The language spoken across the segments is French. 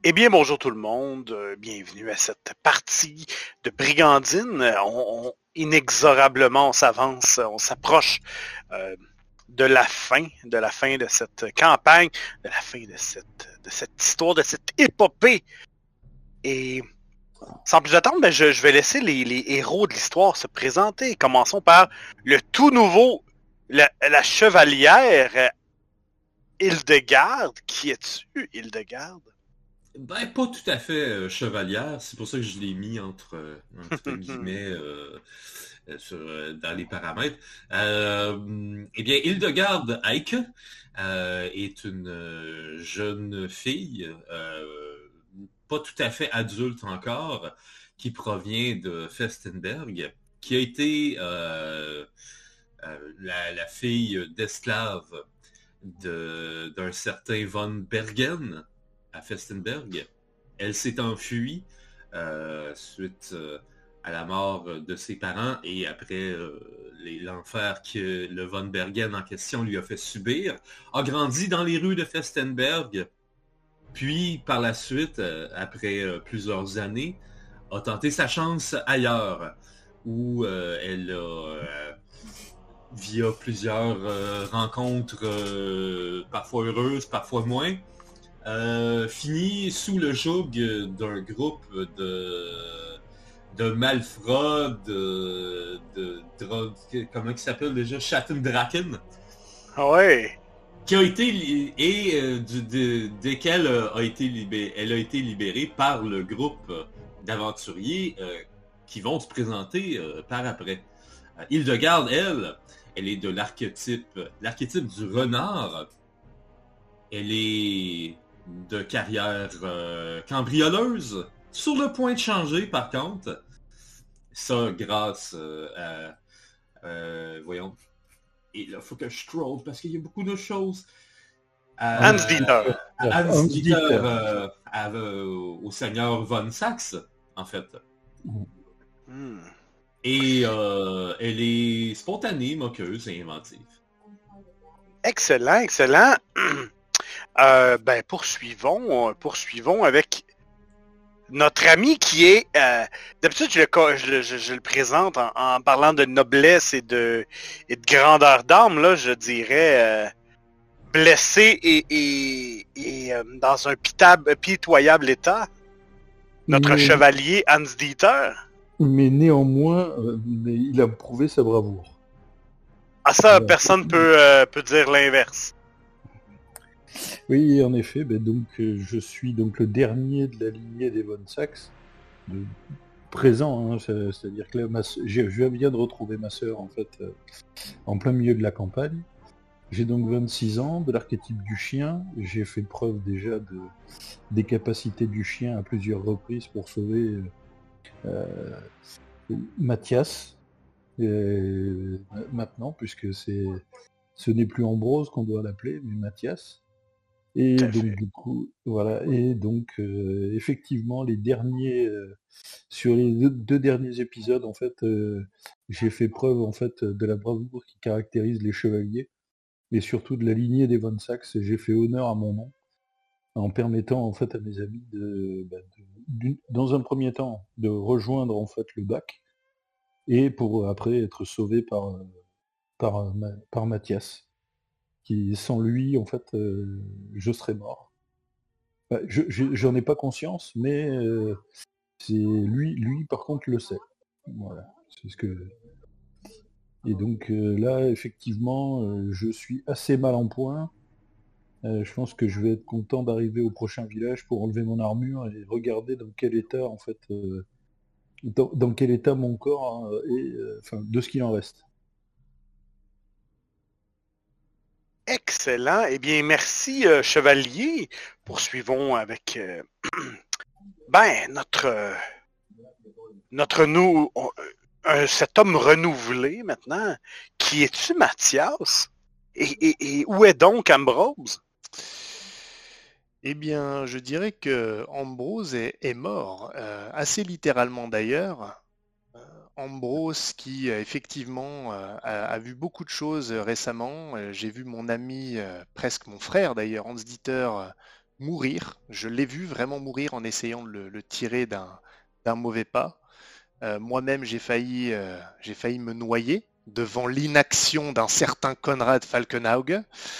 Eh bien, bonjour tout le monde. Bienvenue à cette partie de Brigandine. Inexorablement, on s'avance, on s'approche euh, de la fin de cette campagne, de la fin de cette histoire, de cette épopée. Et sans plus attendre, je vais laisser les héros de l'histoire se présenter. Commençons par le tout nouveau, la chevalière Hildegarde. Qui es-tu, Hildegarde? Ben, pas tout à fait chevalière, c'est pour ça que je l'ai mis entre guillemets dans les paramètres. Eh bien, Hildegarde Eike est une jeune fille, pas tout à fait adulte encore, qui provient de Festenberg, qui a été la fille d'esclave d'un certain Von Bergen à Festenberg. Elle s'est enfuie suite à la mort de ses parents et après l'enfer que le Von Bergen en question lui a fait subir, a grandi dans les rues de Festenberg, puis par la suite, après plusieurs années, a tenté sa chance ailleurs, où elle a via plusieurs rencontres, parfois heureuses, parfois moins, fini sous le joug d'un groupe de malfrats, de drogue, comment il s'appelle déjà, Schattendraken, Ah ouais. qui a été desquels elle a été libérée par le groupe d'aventuriers qui vont se présenter par après. Hildegarde, elle est de l'archétype du renard. Elle est de carrière cambrioleuse, sur le point de changer par contre. Ça grâce voyons. Et là, il faut que je scroll parce qu'il y a beaucoup de choses. Hans Dieter. Hans Dieter au seigneur Von Sax, en fait. Hmm. Et elle est spontanée, moqueuse et inventive. Excellent, excellent. Poursuivons avec notre ami qui est... d'habitude, je le présente en parlant de noblesse et de grandeur d'âme. Là, je dirais blessé et dans un pitoyable état. Notre Mais, chevalier Hans Dieter. mais néanmoins, il a prouvé sa bravoure. Ah ça, Voilà. personne peut dire l'inverse. Oui, en effet, je suis donc le dernier de la lignée des Von Sax, présent, hein, c'est-à-dire que là, je viens de retrouver ma sœur en fait en plein milieu de la campagne. J'ai donc 26 ans, de l'archétype du chien. J'ai fait preuve déjà des capacités du chien à plusieurs reprises pour sauver Mathias. Maintenant, puisque ce n'est plus Ambrose qu'on doit l'appeler, mais Mathias. Et Tout à donc fait. du coup, voilà. Et donc effectivement, sur les deux derniers épisodes, en fait, j'ai fait preuve en fait de la bravoure qui caractérise les chevaliers, et surtout de la lignée des Von Sax. J'ai fait honneur à mon nom en permettant en fait à mes amis dans un premier temps, de rejoindre en fait le bac, et pour après être sauvés par Mathias, qui sans lui en fait je serais mort. Bah, j'en ai pas conscience, mais c'est lui par contre le sait. Voilà, c'est ce que. Et donc là, effectivement, je suis assez mal en point. Je pense que je vais être content d'arriver au prochain village pour enlever mon armure et regarder dans quel état en fait, dans quel état mon corps est, enfin de ce qu'il en reste. Excellent. Eh bien, merci, chevalier. Poursuivons avec notre nou cet homme renouvelé maintenant. Qui es-tu, Mathias? Et où est donc Ambrose? Eh bien, je dirais que Ambrose est mort, assez littéralement d'ailleurs. Ambrose qui effectivement a vu beaucoup de choses récemment. J'ai vu mon ami, presque mon frère d'ailleurs, Hans Dieter, mourir. Je l'ai vu vraiment mourir en essayant de le tirer d'un mauvais pas. Moi-même, j'ai failli me noyer devant l'inaction d'un certain Konrad Falkenhaug.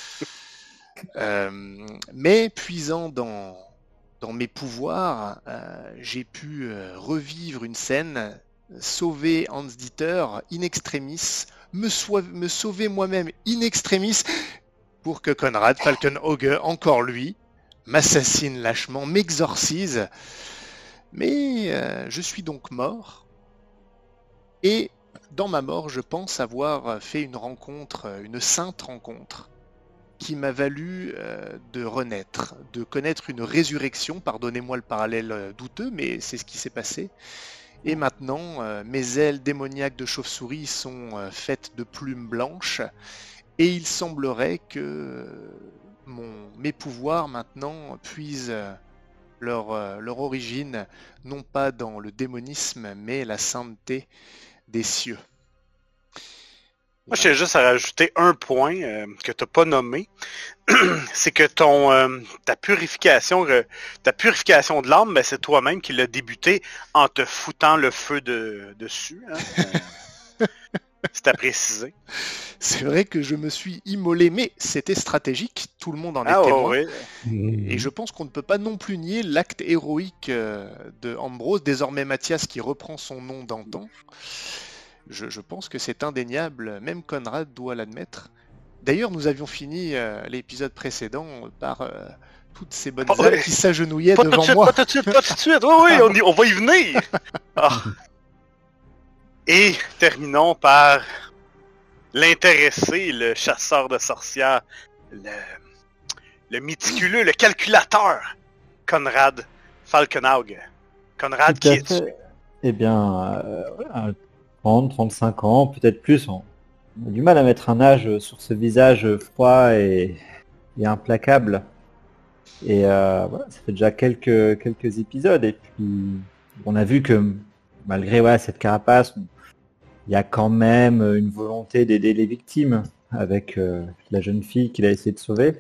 Mais puisant dans mes pouvoirs, j'ai pu revivre une scène, sauver Hans-Dieter in extremis, me sauver moi-même in extremis pour que Konrad Falkenhaug, encore lui, m'assassine lâchement, m'exorcise. Mais je suis donc mort. Et dans ma mort, je pense avoir fait une rencontre, une sainte rencontre, qui m'a valu de renaître, de connaître une résurrection. Pardonnez-moi le parallèle douteux, mais c'est ce qui s'est passé. Et maintenant, mes ailes démoniaques de chauve-souris sont faites de plumes blanches, et il semblerait que mes pouvoirs maintenant puisent leur origine non pas dans le démonisme, mais la sainteté des cieux. Moi, j'ai juste à rajouter un point que tu n'as pas nommé. C'est que ta purification de l'âme, ben, c'est toi-même qui l'as débuté en te foutant le feu dessus. Hein? C'est à préciser. C'est vrai que je me suis immolé, mais c'était stratégique, tout le monde en est témoin. Oui. Et je pense qu'on ne peut pas non plus nier l'acte héroïque de Ambrose, désormais Mathias qui reprend son nom d'antan. Je pense que c'est indéniable, même Konrad doit l'admettre. D'ailleurs, nous avions fini l'épisode précédent par toutes ces bonnes âmes qui s'agenouillaient devant moi. Pas tout de suite, oui, on va y venir. Et terminons par l'intéressé, le chasseur de sorcières, le méticuleux, le calculateur, Konrad Falkenhaug. Konrad, qui es-tu? Eh bien, 30, 35 ans, peut-être plus. On a du mal à mettre un âge sur ce visage froid et implacable. Et voilà, ça fait déjà quelques épisodes. Et puis, on a vu que malgré cette carapace, il y a quand même une volonté d'aider les victimes avec la jeune fille qu'il a essayé de sauver.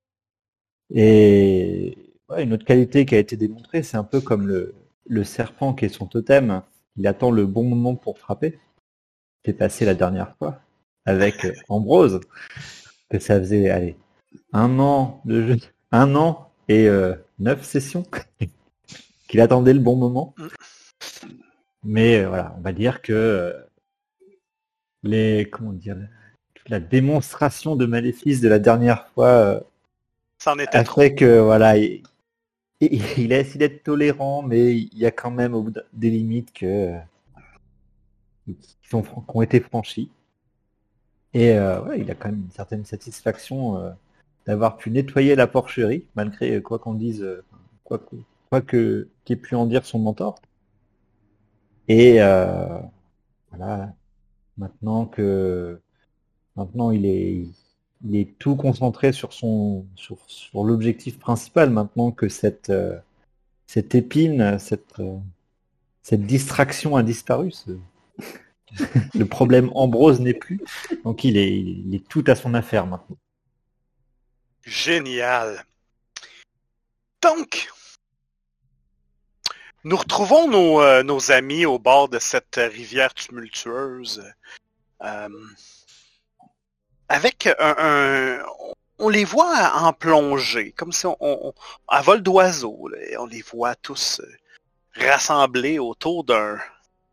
Et une autre qualité qui a été démontrée, c'est un peu comme le serpent qui est son totem. Il attend le bon moment pour frapper. C'est passé la dernière fois avec Ambrose, que ça faisait 1 an de jeu, 1 an et 9 sessions qu'il attendait le bon moment. Mais voilà, on va dire que la démonstration de maléfice de la dernière fois a fait que voilà, il a essayé d'être tolérant, mais il y a quand même au bout des limites qui ont été franchies. Et il a quand même une certaine satisfaction d'avoir pu nettoyer la porcherie, malgré quoi qu'on dise, quoi qu'ait pu en dire son mentor. Et voilà, maintenant il est tout concentré sur l'objectif principal, maintenant que cette épine, cette distraction a disparu. Le problème Ambrose n'est plus, donc il est tout à son affaire maintenant. Génial. Donc, nous retrouvons nos amis au bord de cette rivière tumultueuse. Avec on les voit en plongée, comme si à vol d'oiseau. On les voit tous rassemblés autour d'un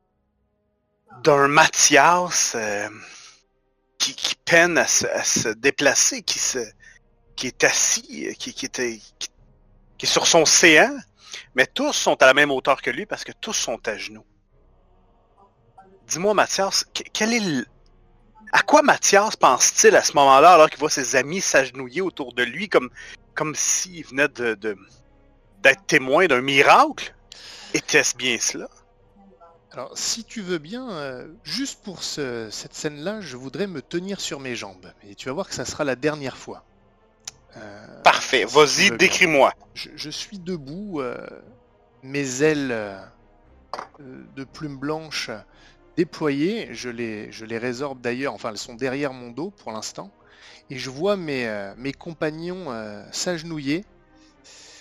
Mathias qui peine à se déplacer, qui est assis, qui est sur son séant, mais tous sont à la même hauteur que lui parce que tous sont à genoux. Dis-moi, Mathias, à quoi Mathias pense-t-il à ce moment-là alors qu'il voit ses amis s'agenouiller autour de lui comme s'il venait d'être témoin d'un miracle? Était-ce bien cela? Alors, si tu veux bien, juste pour cette scène-là, je voudrais me tenir sur mes jambes. Et tu vas voir que ça sera la dernière fois. Parfait, vas-y, décris-moi. Je suis debout, mes ailes de plumes blanches déployées, je les résorbe d'ailleurs, enfin elles sont derrière mon dos pour l'instant, et je vois mes compagnons s'agenouiller,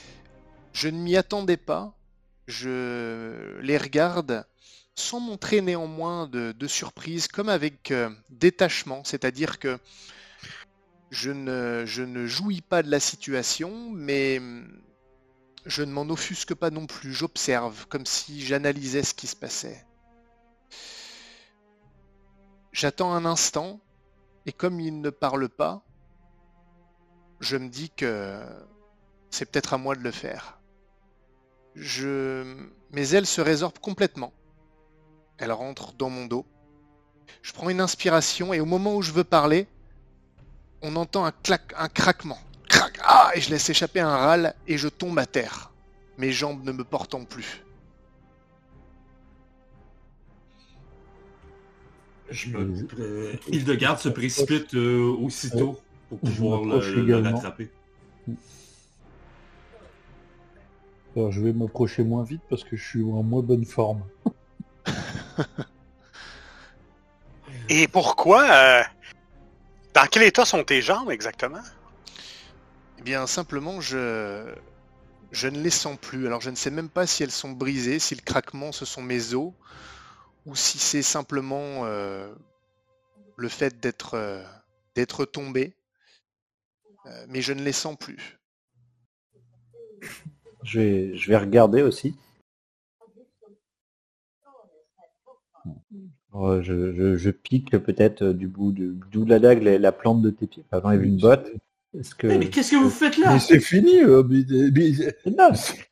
Je ne m'y attendais pas. Je les regarde sans montrer néanmoins de surprise, comme avec détachement, c'est-à-dire que je ne jouis pas de la situation, mais je ne m'en offusque pas non plus, j'observe, comme si j'analysais ce qui se passait. J'attends un instant, et comme il ne parle pas, je me dis que c'est peut-être à moi de le faire. Mes ailes se résorbent complètement. Elles rentrent dans mon dos. Je prends une inspiration, et au moment où je veux parler, on entend un craquement. Crac, ah, et je laisse échapper un râle et je tombe à terre, mes jambes ne me portant plus. Hildegarde se précipite aussitôt pour pouvoir le rattraper. Alors, je vais m'approcher moins vite parce que je suis en moins bonne forme. Et pourquoi dans quel état sont tes jambes exactement? Eh bien, simplement, je ne les sens plus. Alors, je ne sais même pas si elles sont brisées, si le craquement, ce sont mes os, ou si c'est simplement le fait d'être tombé. Mais je ne les sens plus. Je vais regarder aussi. Je pique peut-être du bout de la dague la plante de tes pieds. Enfin, j'enlève une botte. Est-ce que... Mais qu'est-ce que vous faites là? Mais c'est fini. Non,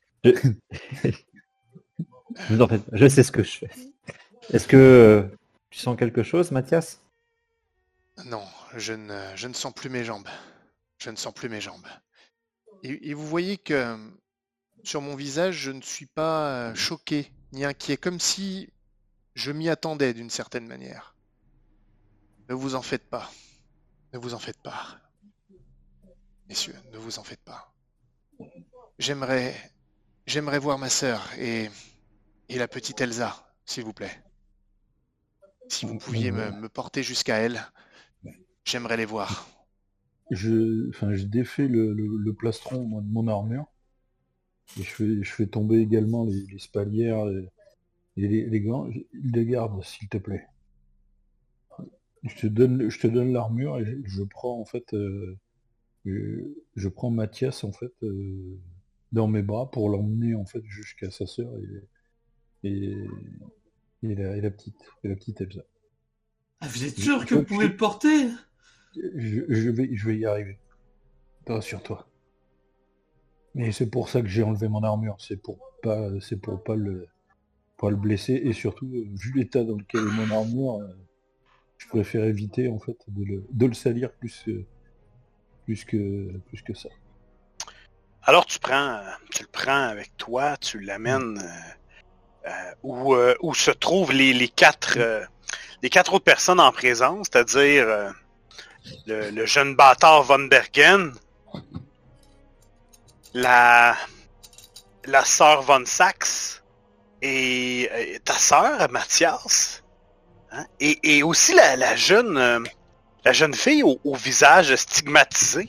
vous en faites pas, je sais ce que je fais. Est-ce que tu sens quelque chose, Mathias? Non, je ne sens plus mes jambes. Je ne sens plus mes jambes. Et vous voyez que sur mon visage, je ne suis pas choqué ni inquiet, comme si je m'y attendais d'une certaine manière. Ne vous en faites pas. Ne vous en faites pas. Messieurs, ne vous en faites pas. J'aimerais voir ma sœur et la petite Elsa, s'il vous plaît. Si vous pouviez me porter jusqu'à elle, j'aimerais les voir. Je défais le plastron moi, de mon armure. Et je fais tomber également les spalières et les gants. Il les garde, s'il te plaît. Je te donne l'armure et je prends en fait je prends Mathias en fait dans mes bras pour l'emmener en fait jusqu'à sa sœur et la petite Elsa. Ah, vous êtes sûr que vous pouvez le porter? Je vais y arriver. Rassure-toi. Mais c'est pour ça que j'ai enlevé mon armure, c'est pour pas le blesser et surtout vu l'état dans lequel est mon armure, je préfère éviter en fait de le salir plus que ça. Alors tu le prends avec toi, tu l'amènes où se trouvent les quatre autres personnes en présence, c'est-à-dire le jeune bâtard Von Bergen, la sœur Von Sax et ta sœur Mathias, hein? Et aussi la jeune fille au visage stigmatisé.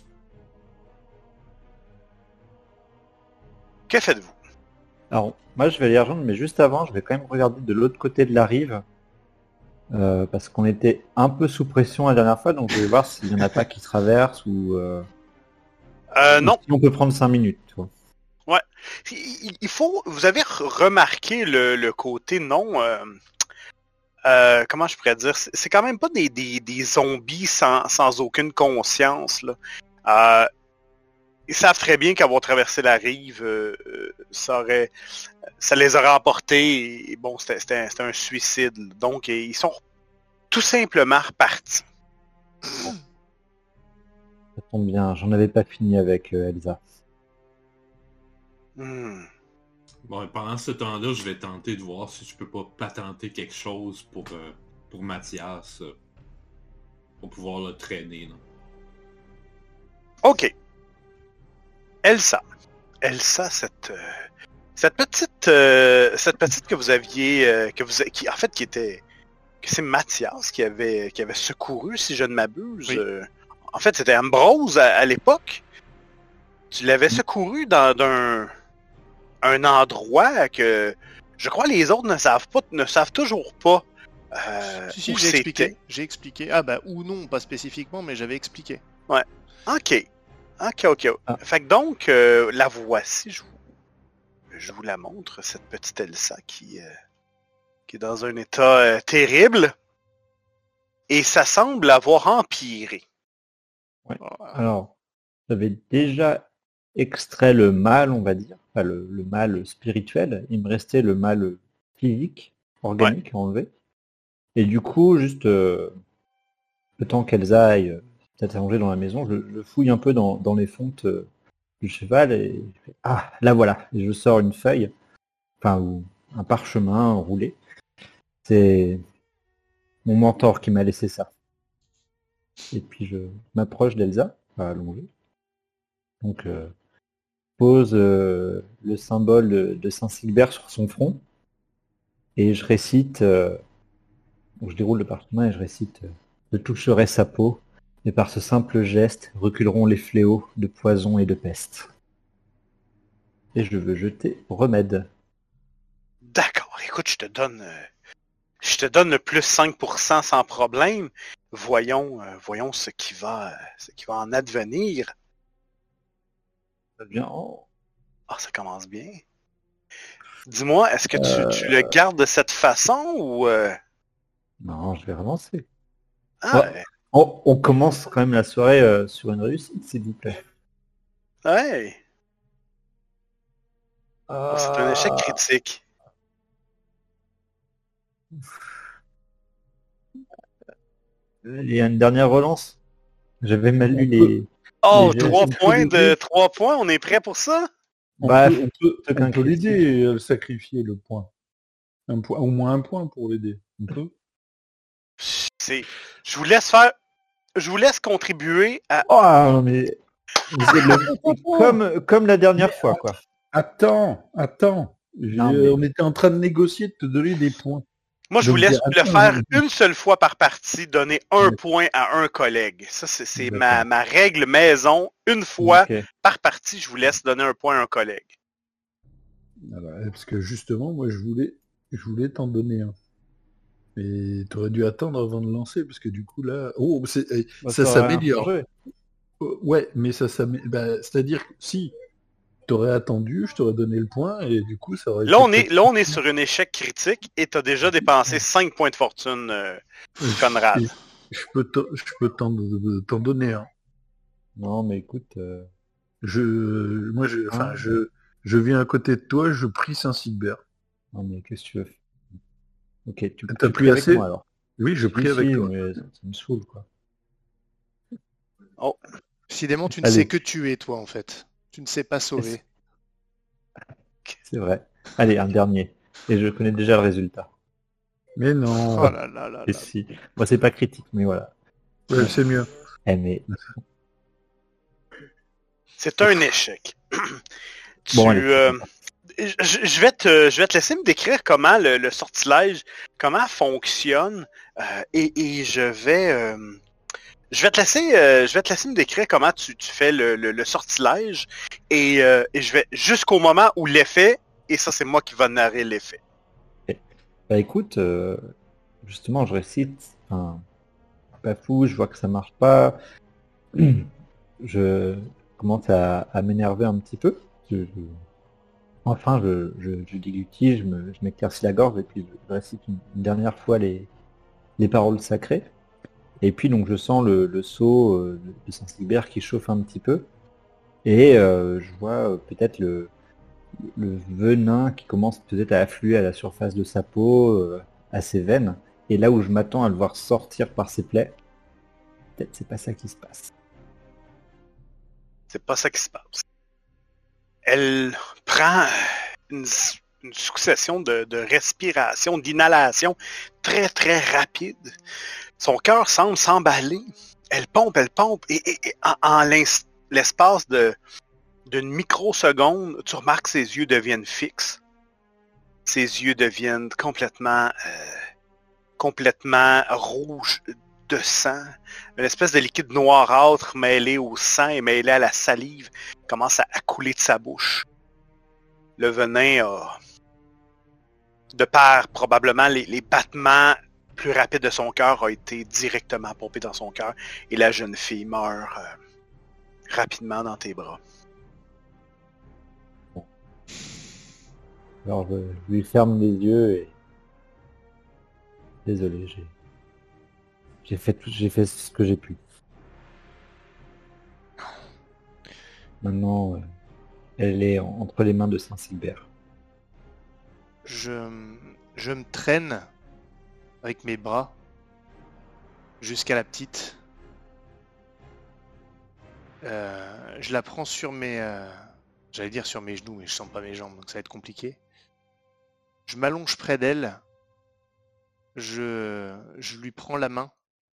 Que faites-vous? Alors, moi je vais les rejoindre, mais juste avant, je vais quand même regarder de l'autre côté de la rive. Parce qu'on était un peu sous pression la dernière fois, donc je vais voir s'il n'y en a pas qui traversent ou... Non. Si on peut prendre 5 minutes, tu vois. Ouais. Il faut... Vous avez remarqué le côté non... comment je pourrais dire? C'est quand même pas des zombies sans aucune conscience, là. Ils savent très bien qu'avoir traversé la rive, ça les aurait emportés. Et bon, c'était un suicide. Donc, ils sont tout simplement repartis. Ça tombe bien, j'en avais pas fini avec Elsa. Bon, pendant ce temps-là, je vais tenter de voir si je peux pas patenter quelque chose pour Mathias, pour pouvoir le traîner. Là. Ok. Elsa, cette petite que vous aviez, que c'est Mathias qui avait secouru, si je ne m'abuse. Oui. En fait, c'était Ambrose à l'époque. Tu l'avais secouru d'un un endroit que je crois les autres ne savent toujours pas Si, où j'ai c'était. expliqué. J'ai expliqué. Ah bah, ou non, pas spécifiquement, mais j'avais expliqué. Ok. Ah. Fait que donc, la voici, je vous la montre, cette petite Elsa qui est dans un état terrible. Et ça semble avoir empiré. Alors, j'avais déjà extrait le mal, on va dire, enfin, le mal spirituel. Il me restait le mal physique, organique à enlever. Et du coup, juste le temps qu'elles aillent peut-être s'allonger dans la maison, je fouille un peu dans les fontes du cheval et je fais, ah, là voilà. Et je sors une feuille, enfin, ou un parchemin roulé. C'est mon mentor qui m'a laissé ça. Et puis je m'approche d'Elsa, allongée. Donc, pose le symbole de Saint-Silbert sur son front et je récite, donc je déroule le parchemin et je récite je toucherai sa peau et par ce simple geste reculeront les fléaux de poison et de peste. Et je veux jeter remède. D'accord, écoute, je te donne le plus 5% sans problème. Voyons ce qui va en advenir. Ça devient, oh, Ah, ça commence bien. Dis-moi, est-ce que tu le gardes de cette façon ou... non, je vais relancer. Ah, Ouais. On commence quand même la soirée sur une réussite, s'il vous plaît. ouais. C'est un échec critique. Il y a une dernière relance. J'avais mal lu les... Oh, Les 3 gestes. points de 3 points, on est prêt pour ça? On Bah, peut l'aider à le sacrifier, le point. Un point. Au moins un point pour l'aider. On peut. Je vous laisse contribuer à... oh, mais vous êtes comme la dernière fois, quoi. Attends. Non, mais- On était en train de négocier de te donner des points. Moi, je vous Donc, laisse le attends, faire une seule fois par partie, donner un Ouais. point à un collègue. Ça, c'est D'accord. ma règle maison. Une fois Ok. par partie, je vous laisse donner un point à un collègue. Alors, parce que justement, moi, je voulais t'en donner un. Mais t'aurais dû attendre avant de lancer, parce que du coup, là... Oh, Bah, ça ça aurait s'améliore. changé. Ouais, mais ça s'améliore. C'est-à-dire que si t'aurais attendu, je t'aurais donné le point, et du coup, ça aurait Là, été on est sur un échec critique et t'as déjà dépensé 5 points de fortune, Conrad. Je peux t'en donner un. Non, mais écoute, Je viens à côté de toi, je prie Saint-Silbert. non, mais qu'est-ce que tu veux? Ok, tu T'as tu pris pries avec assez? moi alors. Oui, je prie Si, avec si, toi. mais ça me saoule, quoi. Décidément, tu ne Allez. sais que tuer, toi, en fait. Tu ne sais pas sauver. C'est vrai. Allez, un dernier. Et je connais déjà le résultat. Mais non, Oh là là là Et là. si. Moi, c'est pas critique, mais voilà. ouais, c'est mieux. Eh, mais C'est un échec. Bon, allez. Je vais te laisser me décrire comment le sortilège, comment fonctionne, et je vais te laisser me décrire comment tu fais le sortilège, et je vais jusqu'au moment où l'effet, et ça c'est moi qui va narrer l'effet. bah écoute, justement, je récite un pas fou, je vois que ça marche pas. Je commence à m'énerver un petit peu. Enfin, je déglutis, je m'éclaircis la gorge et puis je récite une dernière fois les paroles sacrées. Et puis donc je sens le sceau de Saint-Silbert qui chauffe un petit peu. Et je vois peut-être le venin qui commence peut-être à affluer à la surface de sa peau, à ses veines. Et là où je m'attends à le voir sortir par ses plaies, peut-être c'est pas ça qui se passe. C'est pas ça qui se passe. Elle prend une succession de respiration, d'inhalation très très rapide. Son cœur semble s'emballer. Elle pompe, et en l'espace d'une microseconde, tu remarques que ses yeux deviennent fixes. Ses yeux deviennent complètement rouges de sang. Une espèce de liquide noirâtre mêlé au sang et mêlé à la salive commence à couler de sa bouche. le venin a, de par probablement les battements plus rapides de son cœur, a été directement pompé dans son cœur et la jeune fille meurt rapidement dans tes bras. Alors je lui ferme les yeux et... Désolé, j'ai fait ce que j'ai pu. Maintenant, elle est entre les mains de Saint-Silbert. Je me traîne avec mes bras jusqu'à la petite. Je la prends sur mes... j'allais dire sur mes genoux, mais je sens pas mes jambes, donc ça va être compliqué. Je m'allonge près d'elle. Je lui prends la main.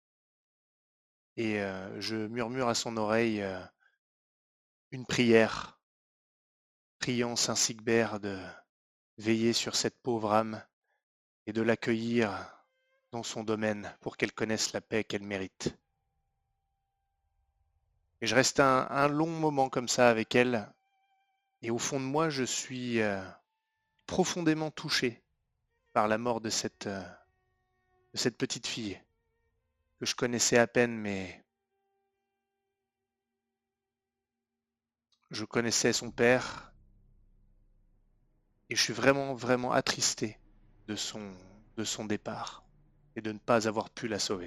Et je murmure à son oreille une prière, priant Saint Sigbert de veiller sur cette pauvre âme et de l'accueillir dans son domaine pour qu'elle connaisse la paix qu'elle mérite. Et je reste un long moment comme ça avec elle, et au fond de moi, je suis profondément touché par la mort de cette petite fille que je connaissais à peine, mais je connaissais son père, et je suis vraiment, vraiment attristé de son départ et de ne pas avoir pu la sauver.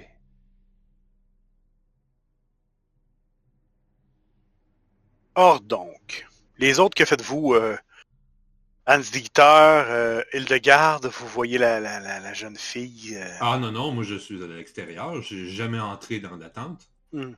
Or donc, les autres, que faites-vous? Hans-Dieter, Hildegarde, vous voyez la jeune fille? Ah non, moi je suis à l'extérieur, j'ai jamais entré dans la tente.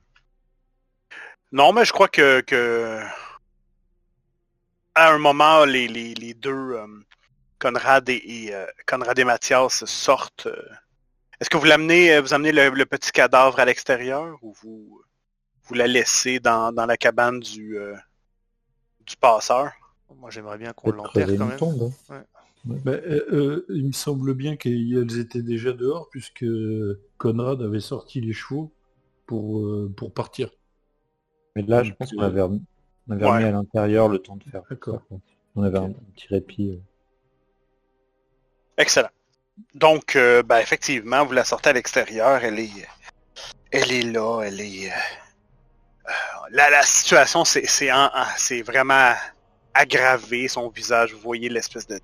Non, mais je crois que à un moment, les deux, Conrad et Mathias sortent. Est-ce que vous amenez le petit cadavre à l'extérieur ou vous la laissez dans la cabane du passeur? Moi, j'aimerais bien qu'on Peut-être l'enterre creuser quand une même. tombe. Ouais. Il me semble bien qu'elles étaient déjà dehors puisque Conrad avait sorti les chevaux pour partir. Mais là, Donc, je pense qu'on avait Ouais. remis à l'intérieur le temps de faire. D'accord. Ça. On avait Ok. un petit répit. Excellent. Donc, effectivement, vous la sortez à l'extérieur. Elle est là. Elle est. La situation, c'est vraiment aggravé. Son visage, vous voyez l'espèce de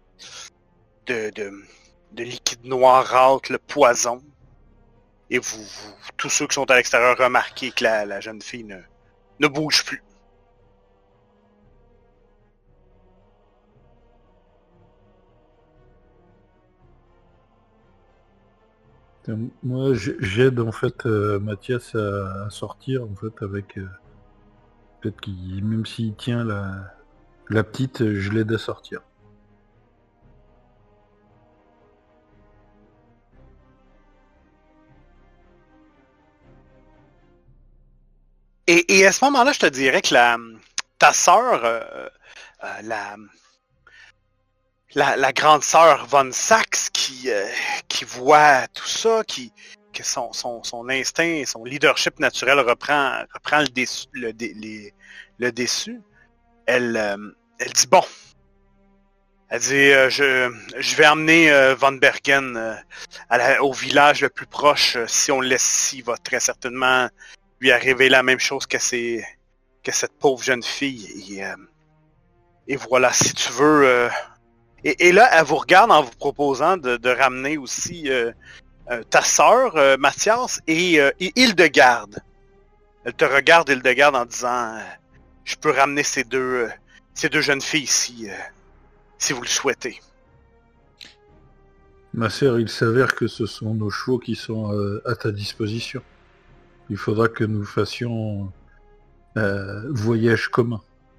liquide noirâtre, le poison. Et tous ceux qui sont à l'extérieur, remarquez que la jeune fille ne bouge plus. Moi, j'aide en fait Mathias à sortir en fait avec peut-être qu'il, même s'il tient la petite, je l'aide à sortir. Et à ce moment-là, je te dirais que ta sœur, la grande sœur Von Sachs, qui voit tout ça, que son instinct et son leadership naturel reprend le dessus, elle dit bon. Elle dit je vais emmener Von Bergen au village le plus proche. Si on le laisse ici, il va très certainement lui arriver la même chose que cette pauvre jeune fille. Et voilà, si tu veux. Et là, elle vous regarde en vous proposant de ramener aussi ta sœur, Mathias, et Hildegarde. Elle te regarde, Hildegarde, en disant je peux ramener ces deux jeunes filles ici, si vous le souhaitez. Ma sœur, il s'avère que ce sont nos chevaux qui sont à ta disposition. Il faudra que nous fassions voyage commun.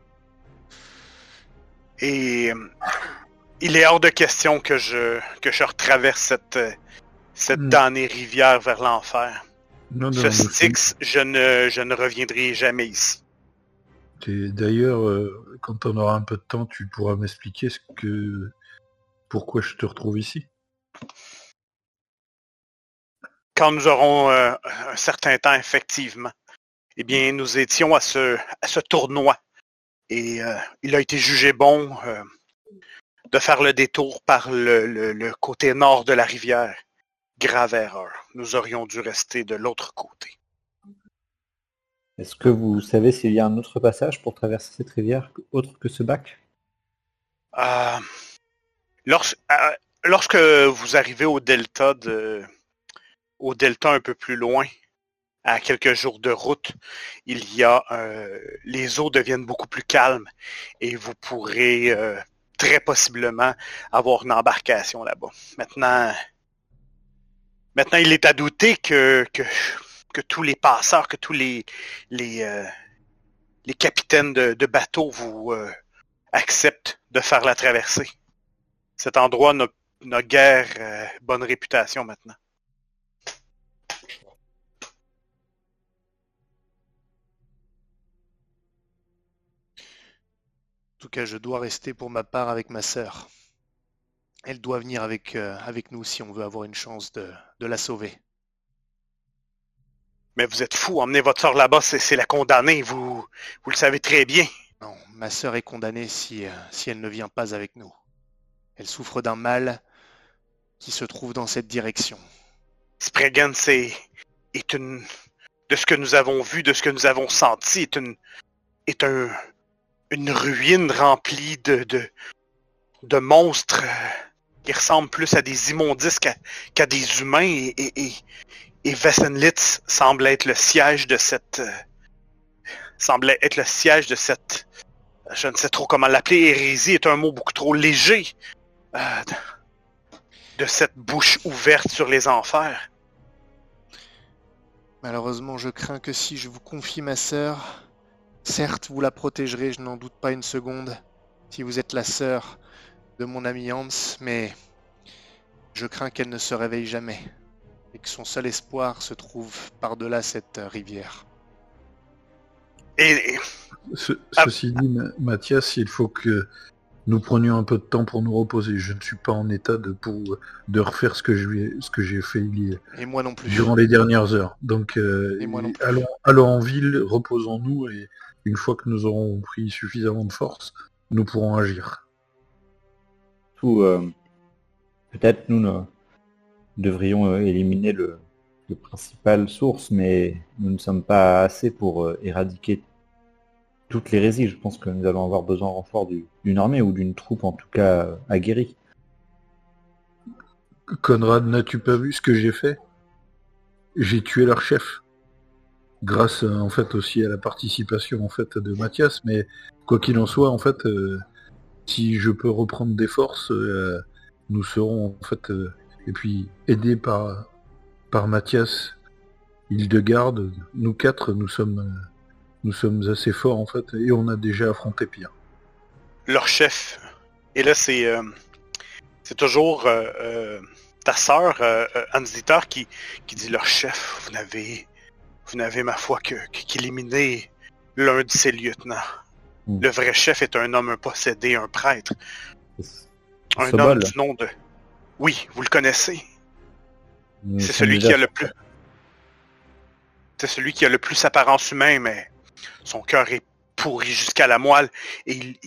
Et il est hors de question que je retraverse cette damnée rivière vers l'enfer. Non, Ce Styx, je ne reviendrai jamais ici. D'ailleurs, quand on aura un peu de temps, tu pourras m'expliquer pourquoi je te retrouve ici. Quand nous aurons un certain temps, effectivement, eh bien, nous étions à ce tournoi. Et il a été jugé bon de faire le détour par le côté nord de la rivière. Grave erreur. Nous aurions dû rester de l'autre côté. Est-ce que vous savez s'il y a un autre passage pour traverser cette rivière autre que ce bac? Euh, lorsque vous arrivez au delta un peu plus loin, à quelques jours de route, les eaux deviennent beaucoup plus calmes et vous pourrez très possiblement avoir une embarcation là-bas. Maintenant, il est à douter que tous les passeurs, que tous les capitaines de bateaux vous acceptent de faire la traversée. Cet endroit n'a guère bonne réputation maintenant. En tout cas, je dois rester pour ma part avec ma sœur. Elle doit venir avec nous si on veut avoir une chance de la sauver. Mais vous êtes fou, emmenez votre sœur là-bas, c'est la condamner, vous le savez très bien. Non, ma sœur est condamnée si elle ne vient pas avec nous. Elle souffre d'un mal qui se trouve dans cette direction. Spriggan, est une... De ce que nous avons vu, de ce que nous avons senti, est une ruine remplie de monstres qui ressemblent plus à des immondices qu'à des humains et Vessenlitz semble être le siège de cette je ne sais trop comment l'appeler, hérésie est un mot beaucoup trop léger de cette bouche ouverte sur les enfers. Malheureusement, je crains que si je vous confie ma sœur, certes, vous la protégerez, je n'en doute pas une seconde, si vous êtes la sœur de mon ami Hans, mais je crains qu'elle ne se réveille jamais et que son seul espoir se trouve par-delà cette rivière. Ceci dit, Mathias, il faut que nous prenions un peu de temps pour nous reposer. Je ne suis pas en état de refaire ce que j'ai fait Et moi non plus. Durant les dernières heures. Donc, Et moi non plus. allons en ville, reposons-nous, et une fois que nous aurons pris suffisamment de force, nous pourrons agir. Peut-être nous devrions éliminer le principal source, mais nous ne sommes pas assez pour éradiquer toute l'hérésie. Je pense que nous allons avoir besoin en renfort d'une armée ou d'une troupe en tout cas aguerrie. Conrad, n'as-tu pas vu ce que j'ai fait? J'ai tué leur chef. Grâce en fait aussi à la participation en fait de Mathias, mais quoi qu'il en soit, en fait, si je peux reprendre des forces, nous serons en fait et puis aidés par Mathias, Hildegarde, nous quatre, nous sommes assez forts en fait, et on a déjà affronté pire. Leur chef. Et là, c'est toujours ta sœur, Hans-Dieter, qui dit leur chef. Vous n'avez ma foi qu'éliminé l'un de ses lieutenants. Le vrai chef est un homme, un possédé, un prêtre. Un homme du nom de... Oui, vous le connaissez. C'est celui qui a le plus... C'est celui qui a le plus apparence humaine, mais son cœur est pourri jusqu'à la moelle. Et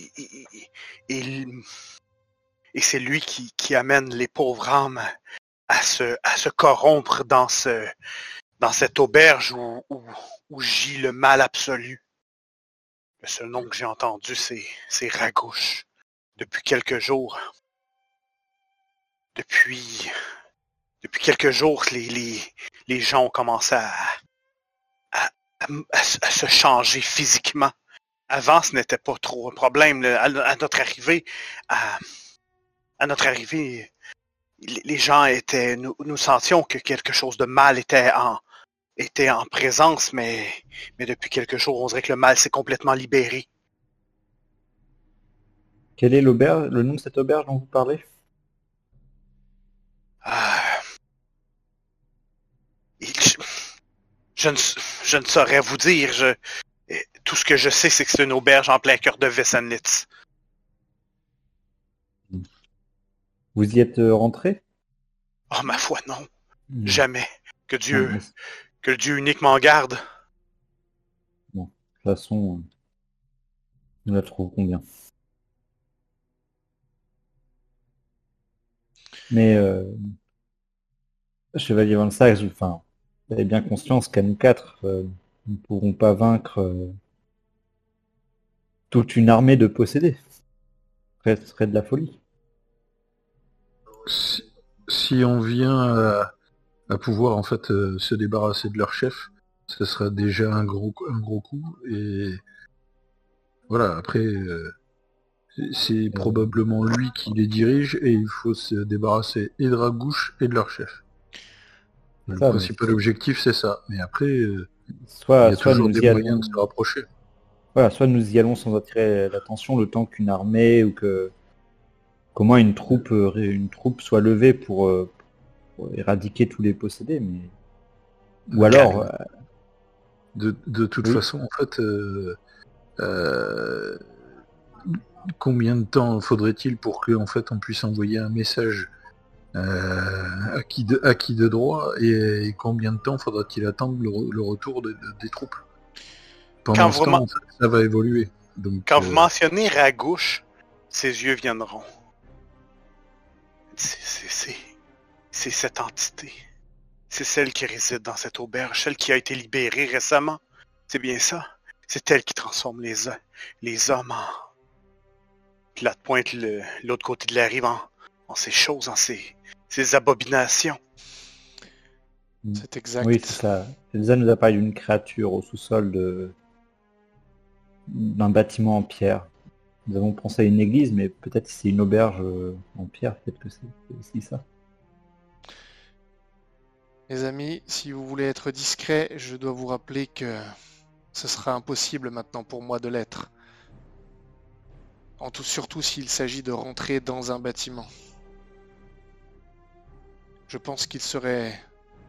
c'est lui qui amène les pauvres âmes à se corrompre dans cette auberge où gît le mal absolu. Le seul nom que j'ai entendu, c'est Ragouche. Depuis quelques jours. Depuis quelques jours, les gens ont commencé à se changer physiquement. Avant, ce n'était pas trop un problème. À notre arrivée, les gens étaient... Nous sentions que quelque chose de mal était en présence, mais depuis quelques jours, on dirait que le mal s'est complètement libéré. Quel est le nom de cette auberge dont vous parlez? Je ne saurais vous dire. Tout ce que je sais, c'est que c'est une auberge en plein cœur de Vessenlitz. Vous y êtes rentré? Oh, ma foi, non. Jamais. Que le Dieu unique m'en garde. Bon, de toute façon, nous la trouverons bien. Mais Chevalier Van Saxe, enfin, vous avez bien conscience qu'à nous quatre, nous ne pourrons pas vaincre toute une armée de possédés. Ce serait de la folie. Si on vient à pouvoir en fait se débarrasser de leur chef, ce sera déjà un gros coup. Et voilà, après, c'est probablement lui qui les dirige et il faut se débarrasser et de Ragouche et de leur chef. Le Ça, principal objectif, c'est ça. Mais après, il soit y a toujours nous des y moyens allons, de se rapprocher. voilà, soit nous y allons sans attirer l'attention le temps qu'une armée ou que comment une troupe soit levée pour éradiquer tous les possédés, mais ou alors De toute oui. façon, en fait, combien de temps faudrait-il pour que en fait, on puisse envoyer un message à qui de droit et combien de temps faudra-t-il attendre le retour des troupes? Pendant ce temps, en fait, ça va évoluer. Donc, Quand vous mentionnez Ragouche, ses yeux viendront. C'est cette entité. C'est celle qui réside dans cette auberge, celle qui a été libérée récemment. C'est bien ça. C'est elle qui transforme les hommes en... Puis là, pointe l'autre côté de la rive en ces choses, en ces abominations. C'est exact. Oui, c'est ça. Elsa nous a parlé d'une créature au sous-sol d'un bâtiment en pierre. Nous avons pensé à une église, mais peut-être que c'est une auberge en pierre, peut-être que c'est aussi ça. Les amis, si vous voulez être discret, je dois vous rappeler que ce sera impossible maintenant pour moi de l'être. Surtout s'il s'agit de rentrer dans un bâtiment. Je pense qu'il serait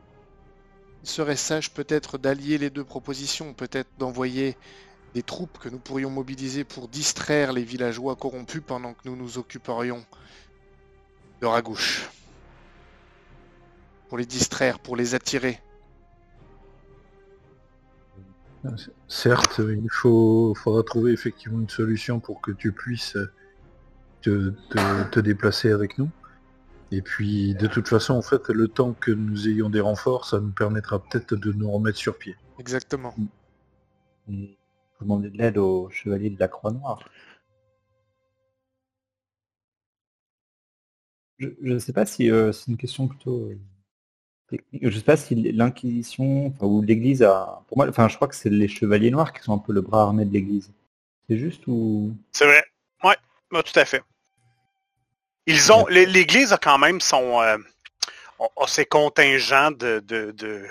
sage peut-être d'allier les deux propositions, peut-être d'envoyer des troupes que nous pourrions mobiliser pour distraire les villageois corrompus pendant que nous nous occuperions de Ragouche. Pour les distraire, pour les attirer. certes, il faudra trouver effectivement une solution pour que tu puisses te déplacer avec nous. Et puis, de toute façon, en fait, le temps que nous ayons des renforts, ça nous permettra peut-être de nous remettre sur pied. Exactement. Et vous demandez de l'aide au chevalier de la Croix-Noire. Je ne sais pas si c'est une question plutôt technique. Je ne sais pas si l'Inquisition ou l'Église a... Pour moi, je crois que c'est les chevaliers noirs qui sont un peu le bras armé de l'Église. C'est juste ou... C'est vrai. Ouais, tout à fait. Ils ont... L'Église a quand même a ses contingents de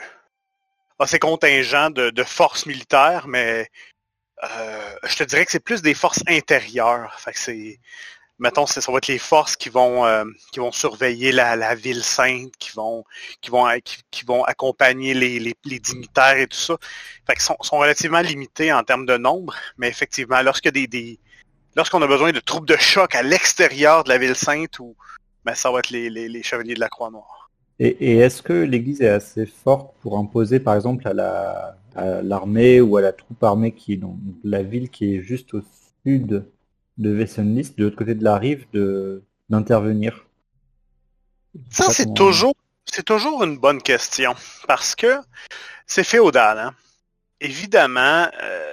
forces militaires, mais je te dirais que c'est plus des forces intérieures. Fait que c'est... Mettons, ça va être les forces qui vont surveiller la ville sainte, qui vont accompagner les dignitaires et tout ça. Fait qu'ils sont relativement limités en termes de nombre, mais effectivement, lorsqu'on a besoin de troupes de choc à l'extérieur de la ville sainte, ça va être les chevaliers de la Croix-Noire. Et est-ce que l'Église est assez forte pour imposer, par exemple, à l'armée ou à la troupe armée qui est dans la ville qui est juste au sud de Wessenlist, de l'autre côté de la rive, d'intervenir? Ça, c'est toujours une bonne question, parce que c'est féodal, hein. Évidemment,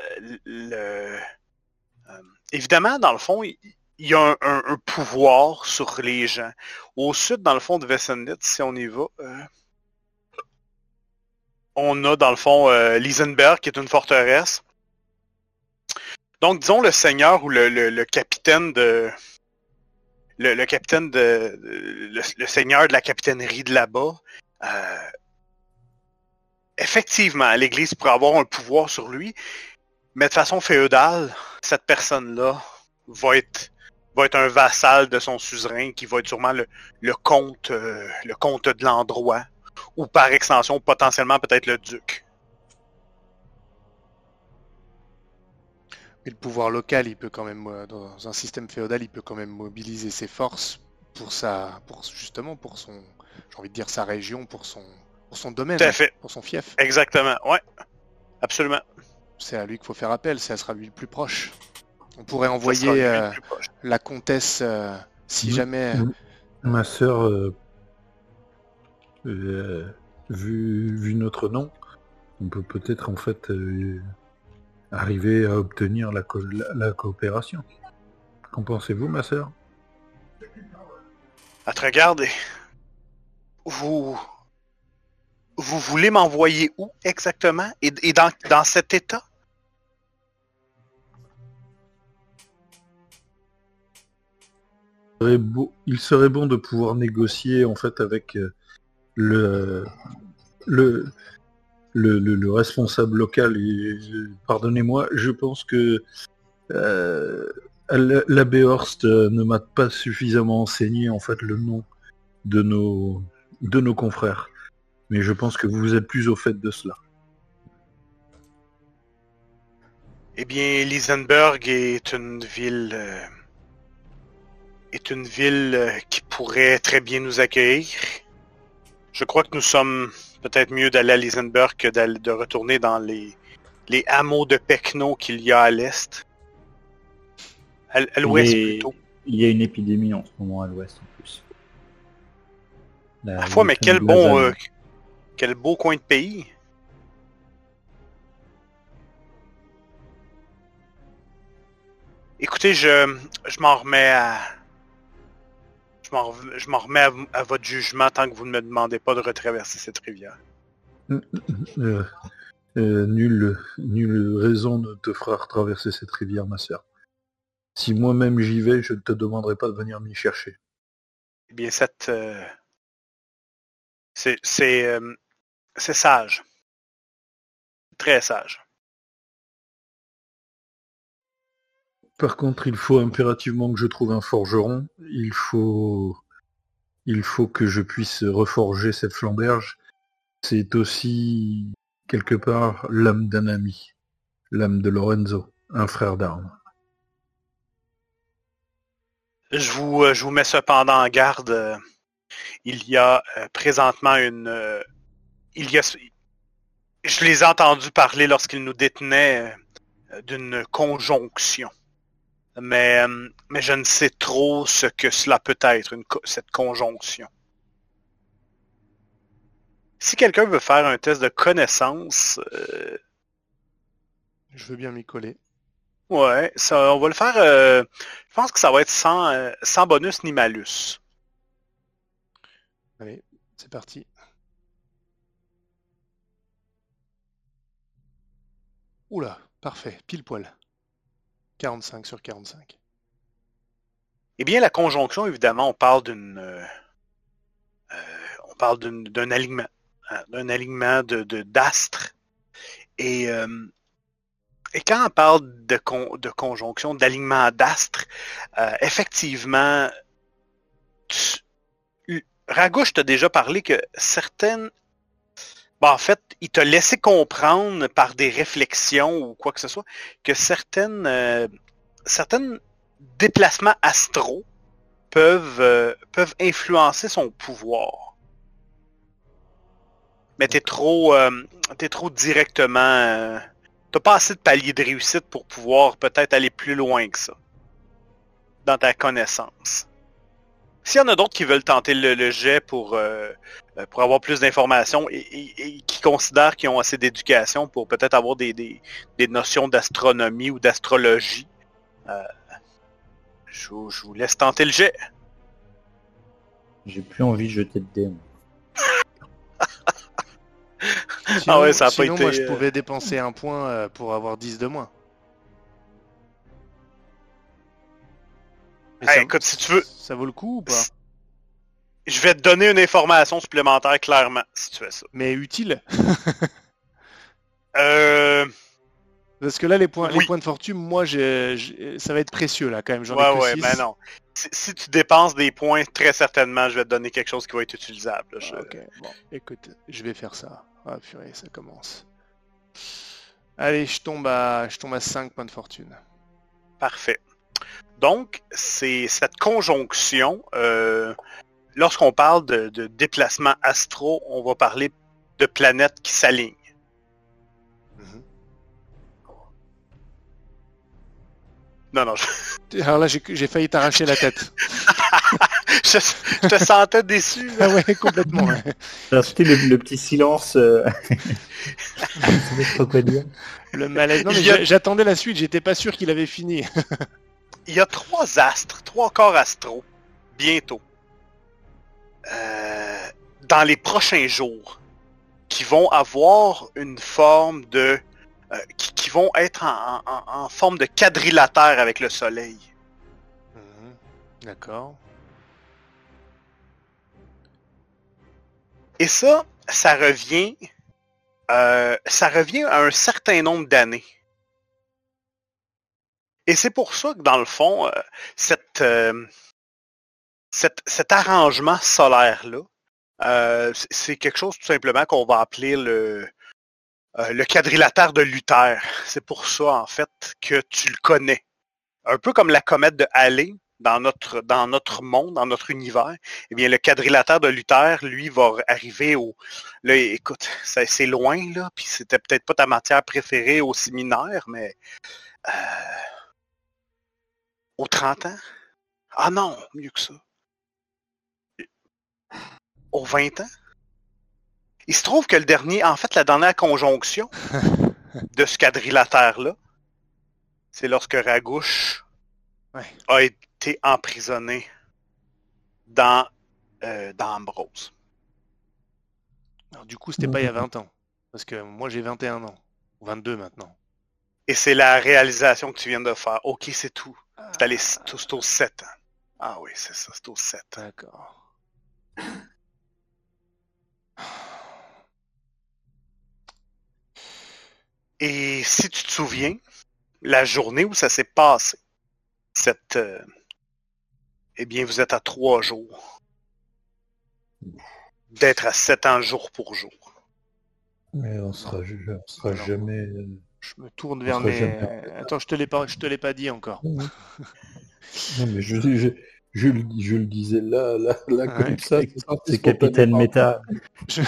évidemment, dans le fond, il y a un pouvoir sur les gens. Au sud, dans le fond de Wessenlist, si on y va, on a, dans le fond, Lisenberg, qui est une forteresse. Donc, disons, le seigneur ou le capitaine de... Le seigneur de la capitainerie de là-bas, effectivement, l'Église pourrait avoir un pouvoir sur lui, mais de façon féodale, cette personne-là va être un vassal de son suzerain, qui va être sûrement le comte de l'endroit, ou par extension, potentiellement peut-être le duc. Mais le pouvoir local, il peut quand même, dans un système féodal, il peut quand même mobiliser ses forces pour justement pour son, j'ai envie de dire sa région, pour son domaine, tout à fait. Pour son fief. Exactement, ouais, absolument. C'est à lui qu'il faut faire appel, ça sera lui le plus proche. On pourrait envoyer la comtesse si jamais. Ma sœur Vu notre nom, on peut peut-être en fait arriver à obtenir la coopération. Qu'en pensez-vous, ma sœur? À te regarder. Vous voulez m'envoyer où exactement? Et dans cet état? Il serait bon de pouvoir négocier en fait avec le responsable local. Et, pardonnez-moi, je pense que l'abbé Horst ne m'a pas suffisamment enseigné en fait le nom de nos confrères. Mais je pense que vous êtes plus au fait de cela. Eh bien, Lisenberg est une ville qui pourrait très bien nous accueillir. Je crois que nous sommes peut-être mieux d'aller à Lisenberg que de retourner dans les hameaux de Pecno qu'il y a à l'est. À l'ouest plutôt. Il y a une épidémie en ce moment à l'ouest en plus. Parfois, mais quel beau coin de pays. Écoutez, je m'en remets je m'en remets à votre jugement tant que vous ne me demandez pas de retraverser cette rivière. Nulle raison ne te fera traverser cette rivière, ma sœur. Si moi-même j'y vais, je ne te demanderai pas de venir m'y chercher. Eh bien, c'est sage. Très sage. Par contre, il faut impérativement que je trouve un forgeron. Il faut que je puisse reforger cette flamberge. C'est aussi, quelque part, l'âme d'un ami. L'âme de Lorenzo, un frère d'armes. Je vous mets cependant en garde. Il y a présentement je les ai entendus parler lorsqu'ils nous détenaient d'une conjonction. Mais je ne sais trop ce que cela peut être, cette conjonction. Si quelqu'un veut faire un test de connaissance... Je veux bien m'y coller. Ouais, ça, on va le faire... je pense que ça va être sans bonus ni malus. Allez, c'est parti. Oula, parfait, pile poil. 45 sur 45. Eh bien, la conjonction, évidemment, on parle d'un alignement. D'un alignement d'astres. Et quand on parle de conjonction, d'alignement d'astres, effectivement, Ragouche t'a déjà parlé que certaines... Bon, en fait, il t'a laissé comprendre par des réflexions ou quoi que ce soit que certaines déplacements astraux peuvent influencer son pouvoir. Mais t'es trop directement... t'as pas assez de paliers de réussite pour pouvoir peut-être aller plus loin que ça dans ta connaissance. S'il y en a d'autres qui veulent tenter le jet pour avoir plus d'informations et qui considèrent qu'ils ont assez d'éducation pour peut-être avoir des notions d'astronomie ou d'astrologie, je vous laisse tenter le jet. J'ai plus envie de jeter de dés. Sinon, ouais, ça a pas sinon été... moi, je pouvais dépenser un point pour avoir 10 de moins. Mais Écoute, si tu veux... Ça vaut le coup ou pas? Je vais te donner une information supplémentaire, clairement, si tu fais ça. Mais utile. Parce que là, les points de fortune, moi, ça va être précieux, là, quand même. J'en ai que 6. Mais non. Si tu dépenses des points, très certainement, je vais te donner quelque chose qui va être utilisable. Ok, bon, écoute, je vais faire ça. Ah, purée, ça commence. Allez, je tombe à 5 points de fortune. Parfait. Donc, c'est cette conjonction... lorsqu'on parle de déplacement astro, on va parler de planètes qui s'alignent. Non. Alors là, j'ai failli t'arracher la tête. Je te sentais déçu. Ah ouais, complètement. Ouais. Alors, c'était le petit silence. Je savais trop quoi dire. Le malaise. Non, mais Il y a- j'attendais la suite, j'étais pas sûr qu'il avait fini. Il y a 3 astres, 3 corps astraux, bientôt, dans les prochains jours, qui vont avoir une forme de... qui vont être en forme de quadrilatère avec le soleil. D'accord. Et ça revient à un certain nombre d'années. Et c'est pour ça que, dans le fond, cet arrangement solaire-là, c'est quelque chose tout simplement qu'on va appeler le quadrilatère de Luther. C'est pour ça, en fait, que tu le connais. Un peu comme la comète de Halley dans notre monde, dans notre univers. Eh bien, le quadrilatère de Luther, lui, va arriver au... Là, écoute, c'est loin, là, puis c'était peut-être pas ta matière préférée au séminaire, mais... aux 30 ans? Ah non, mieux que ça. Aux 20 ans? Il se trouve que la dernière conjonction de ce quadrilatère-là, c'est lorsque Ragouche a été emprisonné dans Ambrose. Alors, du coup, c'était pas il y a 20 ans. Parce que moi, j'ai 21 ans. Ou 22 maintenant. Et c'est la réalisation que tu viens de faire. Ok, c'est tout. C'est aux 7 ans. Ah oui, c'est ça, c'est aux 7 ans. D'accord. Et si tu te souviens, la journée où ça s'est passé, eh bien, vous êtes à 3 jours d'être à 7 ans jour pour jour. Mais on sera jamais... Je me tourne vers sera mes... jamais- Attends, je te l'ai pas dit encore. Non, mais je le disais là Ouais. comme ça. C'est Capitaine Méta. Je...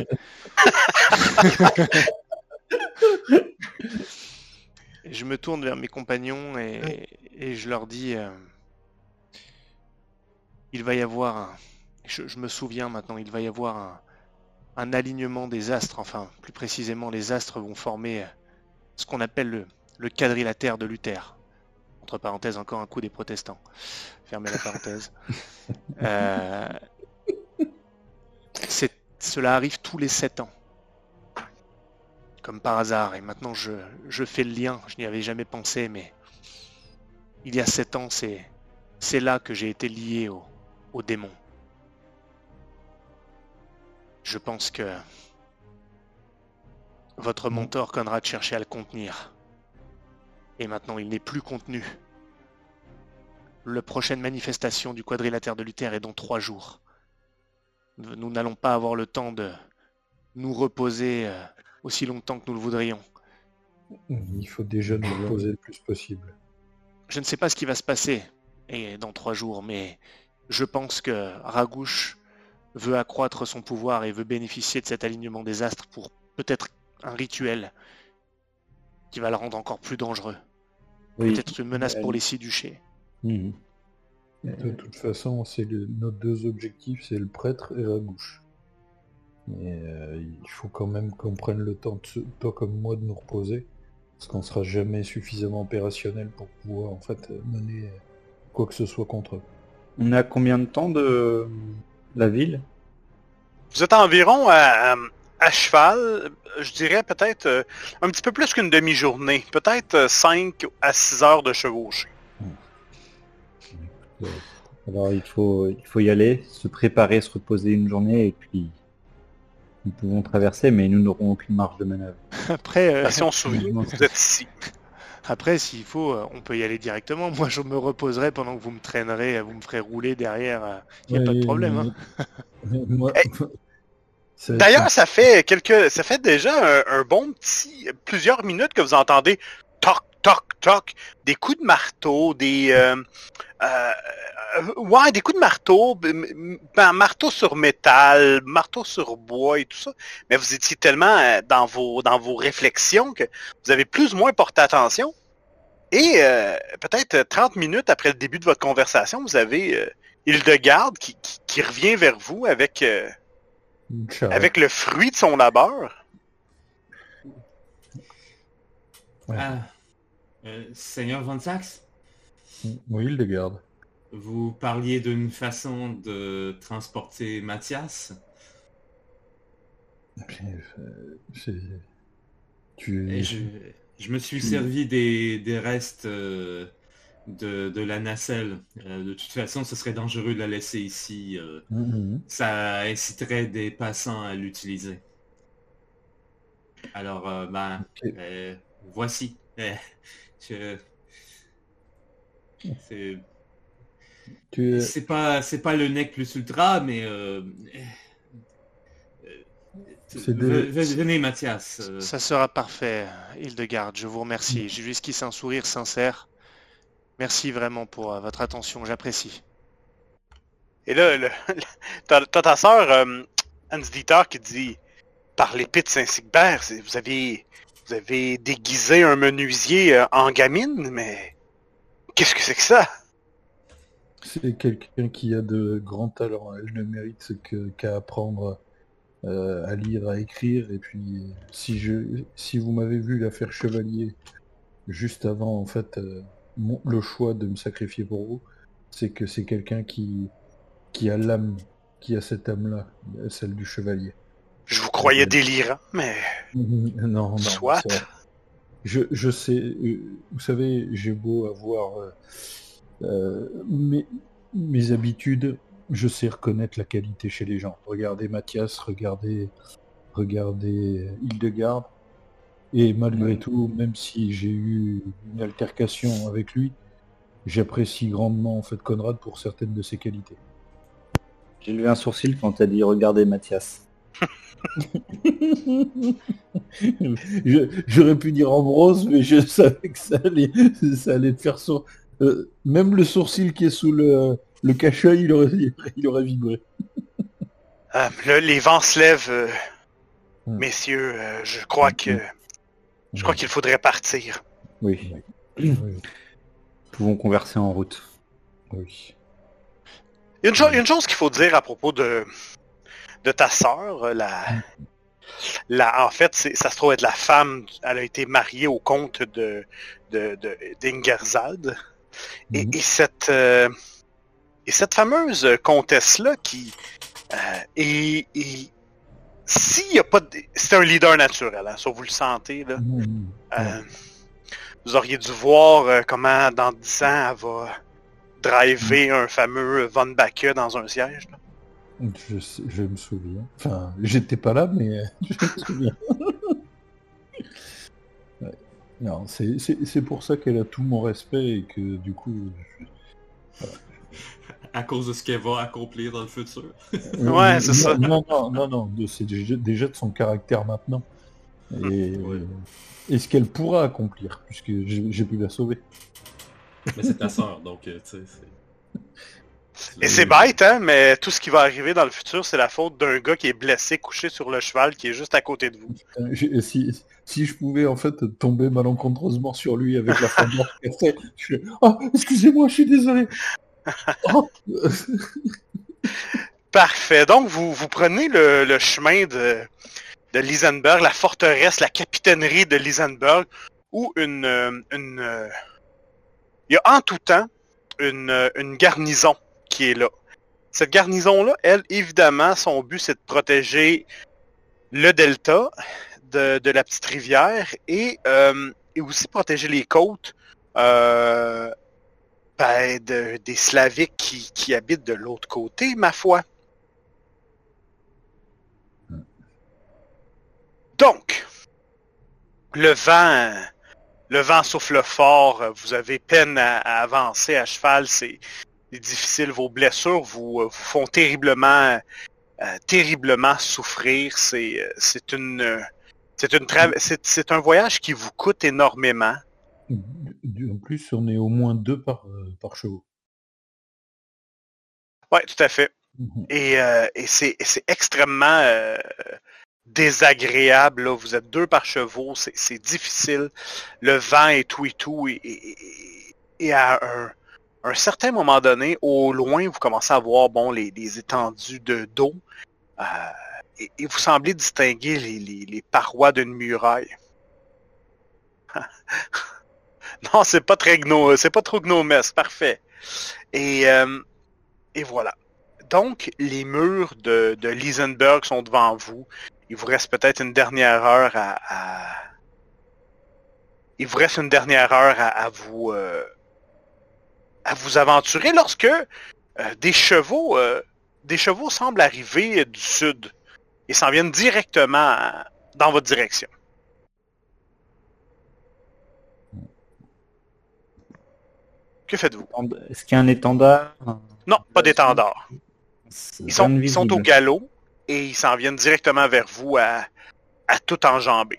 je me tourne vers mes compagnons et je leur dis il va y avoir je me souviens maintenant, il va y avoir un alignement des astres, enfin plus précisément les astres vont former ce qu'on appelle le quadrilatère de Luther. Entre parenthèses, encore un coup des protestants. Fermez la parenthèse. Cela arrive tous les 7 ans. Comme par hasard. Et maintenant, je fais le lien. Je n'y avais jamais pensé, mais il y a 7 ans, c'est là que j'ai été lié au démon. Je pense que votre mentor Conrad cherchait à le contenir. Et maintenant, il n'est plus contenu. La prochaine manifestation du quadrilatère de Luther est dans 3 jours. Nous n'allons pas avoir le temps de nous reposer aussi longtemps que nous le voudrions. Il faut déjà nous reposer le plus possible. Je ne sais pas ce qui va se passer dans 3 jours, mais je pense que Ragouche veut accroître son pouvoir et veut bénéficier de cet alignement des astres pour peut-être un rituel qui va le rendre encore plus dangereux. Oui. Peut-être une menace pour les 6 duchés. Mhm. De toute façon, nos 2 objectifs, c'est le prêtre et Ragouche. Mais il faut quand même qu'on prenne le temps, toi comme moi, de nous reposer, parce qu'on sera jamais suffisamment opérationnel pour pouvoir en fait mener quoi que ce soit contre eux. On est à combien de temps de la ville? Vous êtes environ à cheval, je dirais peut-être un petit peu plus qu'une demi-journée, peut-être 5 à 6 heures de chevauchée. Alors il faut y aller, se préparer, se reposer une journée et puis nous pouvons traverser, mais nous n'aurons aucune marge de manœuvre. Après, Si on se souvient, vous êtes ici. Après, s'il faut, on peut y aller directement. Moi, je me reposerai pendant que vous me traînerez, vous me ferez rouler derrière. Il n'y a pas de problème. Hein. Moi, Hey, D'ailleurs, ça fait déjà un bon plusieurs minutes que vous entendez toc, toc, toc, des coups de marteau, des coups de marteau, marteau sur métal, marteau sur bois et tout ça. Mais vous étiez tellement dans vos réflexions que vous avez plus ou moins porté attention. Et peut-être 30 minutes après le début de votre conversation, vous avez Hildegarde qui revient vers vous avec, Une charrette. avec le fruit de son labeur. Ouais. Ah, Seigneur Von Sax, Oui, il le garde. vous parliez d'une façon de transporter Mathias. Tu Et je me suis servi des restes de la nacelle. De toute façon, ce serait dangereux de la laisser ici. Mhm. Ça inciterait des passants à l'utiliser. Alors, Ok. voici. Je- c'est Tu es- c'est pas le nec plus ultra, mais C'est des- venez Mathias. Ça sera parfait, Hildegarde. Je vous remercie. J'ai esquissé un sourire sincère. Merci vraiment pour votre attention. J'apprécie. Et là, t'as ta sœur, Hans-Dieter, qui dit « Par l'épée de Saint-Sigbert, vous avez déguisé un menuisier en gamine, mais qu'est-ce que c'est que ça? » C'est quelqu'un qui a de grands talents. Elle ne mérite qu'à apprendre à lire, à écrire. Et puis, si vous m'avez vu la faire chevalier juste avant, en fait, le choix de me sacrifier pour vous, c'est que c'est quelqu'un qui a l'âme, qui a cette âme-là, celle du chevalier. Je vous croyais délirant, mais Non, soit. c'est vrai. Je sais, vous savez, j'ai beau avoir mes habitudes, je sais reconnaître la qualité chez les gens. Regardez Mathias, regardez Hildegarde, et malgré tout, même si j'ai eu une altercation avec lui, j'apprécie grandement en fait Conrad pour certaines de ses qualités. J'ai levé un sourcil quand t'as dit regardez Mathias. J'aurais pu dire Ambrose, mais je savais que ça allait te faire sourire. Même le sourcil qui est sous le cache-œil, il aurait vibré. Les vents se lèvent, Hmm. messieurs. Je crois qu'il faudrait partir. Oui. Oui. Nous pouvons converser en route. Oui. Il y a une chose qu'il faut dire à propos de ta sœur. En fait, ça se trouve être la femme. Elle a été mariée au comte d'Ingerzald. Mhm. Et cette fameuse comtesse-là qui s'il y a pas c'est un leader naturel, hein, ça vous le sentez là. Mhm. Vous auriez dû voir comment dans 10 ans elle va driver un fameux Von Backe dans un siège. Là. Je me souviens. Enfin, j'étais pas là, mais je me souviens. Ouais. Non, c'est pour ça qu'elle a tout mon respect et que du coup... À cause de ce qu'elle va accomplir dans le futur. Ouais, c'est ça. Non, c'est déjà de son caractère maintenant. Et ce qu'elle pourra accomplir, puisque j'ai pu la sauver. Mais c'est ta sœur, donc tu sais, Et c'est bête, hein, mais tout ce qui va arriver dans le futur, c'est la faute d'un gars qui est blessé, couché sur le cheval, qui est juste à côté de vous. Si je pouvais en fait tomber malencontreusement sur lui avec la femme cassée, je fais « Oh, excusez-moi, je suis désolé !» Oh. Parfait. Donc, vous prenez le chemin de Lisenberg, la forteresse, la capitainerie de Lisenberg, où il y a en tout temps une garnison qui est là. Cette garnison-là, elle, évidemment, son but, c'est de protéger le delta de la petite rivière et aussi protéger les côtes des Slaviques qui habitent de l'autre côté, ma foi. Donc, le vent souffle fort, vous avez peine à avancer à cheval, c'est difficile, vos blessures vous font terriblement souffrir, c'est un voyage qui vous coûte énormément. En plus, on est au moins 2 par chevaux. Ouais, tout à fait. Mhm. Et c'est extrêmement désagréable. Là. Vous êtes 2 par chevaux, c'est difficile. Le vent et tout, et à à un certain moment donné, au loin, vous commencez à voir les étendues d'eau et vous semblez distinguer les parois d'une muraille. Non, c'est pas trop gnomesque, parfait. Et voilà. Donc, les murs de Lisenberg sont devant vous. Il vous reste peut-être une dernière heure Il vous reste une dernière heure à vous aventurer lorsque des chevaux semblent arriver du sud et s'en viennent directement dans votre direction. Que faites-vous? Est-ce qu'il y a un étendard? Non, pas d'étendard. Ils sont au Invisible. galop et ils s'en viennent directement vers vous à tout enjamber.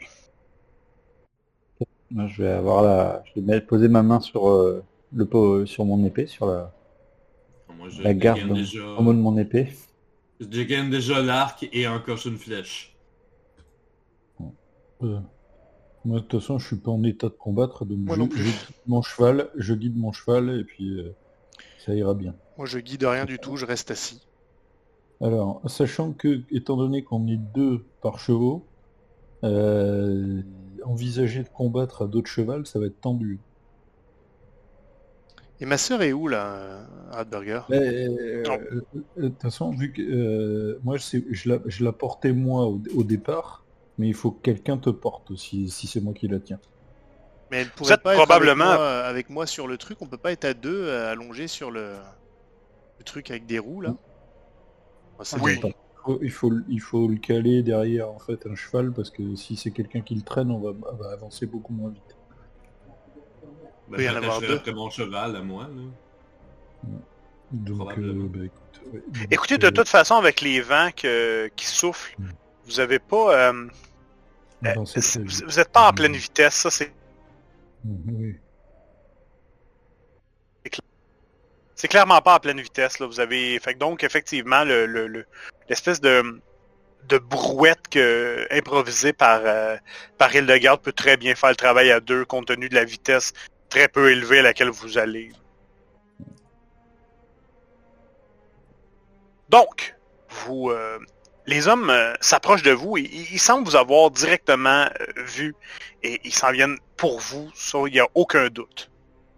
Moi, je vais poser ma main sur sur mon épée, sur Moi, la garde au mot de mon épée. Je dégaine déjà l'arc et encoche une flèche. Moi, de toute façon, je suis pas en état de combattre, donc Moi non plus. je guide mon cheval, et puis ça ira bien. Moi, je guide rien du tout, je reste assis. Alors, sachant que, étant donné qu'on est 2 par chevaux, envisager de combattre à 2 de cheval, ça va être tendu. Et ma sœur est où, là, Radburger? De toute façon, vu que moi, je la portais moi au départ, mais il faut que quelqu'un te porte aussi, si c'est moi qui la tiens. Mais elle Vous pourrait êtes pas probablement... être avec moi sur le truc, on peut pas être à deux allongés sur le truc avec des roues, là? Ah, c'est Oui. bon. Il faut le caler derrière, en fait, un cheval, parce que si c'est quelqu'un qui le traîne, on va avancer beaucoup moins vite. Ben, peut y en avoir j'attacherai deux. après mon cheval à moi, là. Donc, Probablement. écoute, ouais, donc, Écoutez, de toute façon, avec les vents qui soufflent, vous avez pas... avancer très vite. vous n'êtes pas en pleine vitesse, ça c'est... Oui. C'est clairement pas en pleine vitesse, là. Vous avez... Fait que donc, effectivement, l'espèce de brouette improvisée par Hildegarde peut très bien faire le travail à 2 compte tenu de la vitesse très peu élevée à laquelle vous allez. Donc, les hommes s'approchent de vous et ils semblent vous avoir directement vu et ils s'en viennent pour vous, ça, il n'y a aucun doute.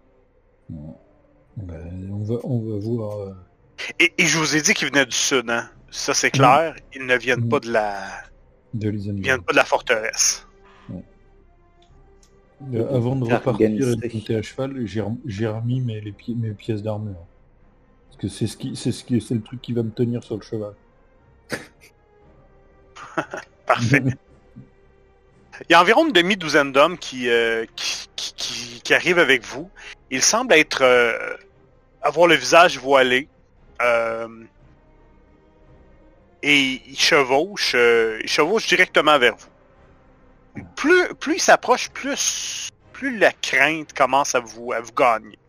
Ben, on va voir. Et je vous ai dit qu'ils venaient du sud, hein? Ça c'est clair, ils ne viennent pas de De ils viennent pas de la forteresse. Avant de repartir et de Organisé. monter à cheval, j'ai remis mes pièces d'armure. Parce que c'est le truc qui va me tenir sur le cheval. Parfait. Il y a environ une demi-douzaine d'hommes qui arrivent avec vous. Ils semblent être avoir le visage voilé. Et ils chevauchent directement vers vous. Plus ils s'approchent, plus la crainte commence à vous gagner.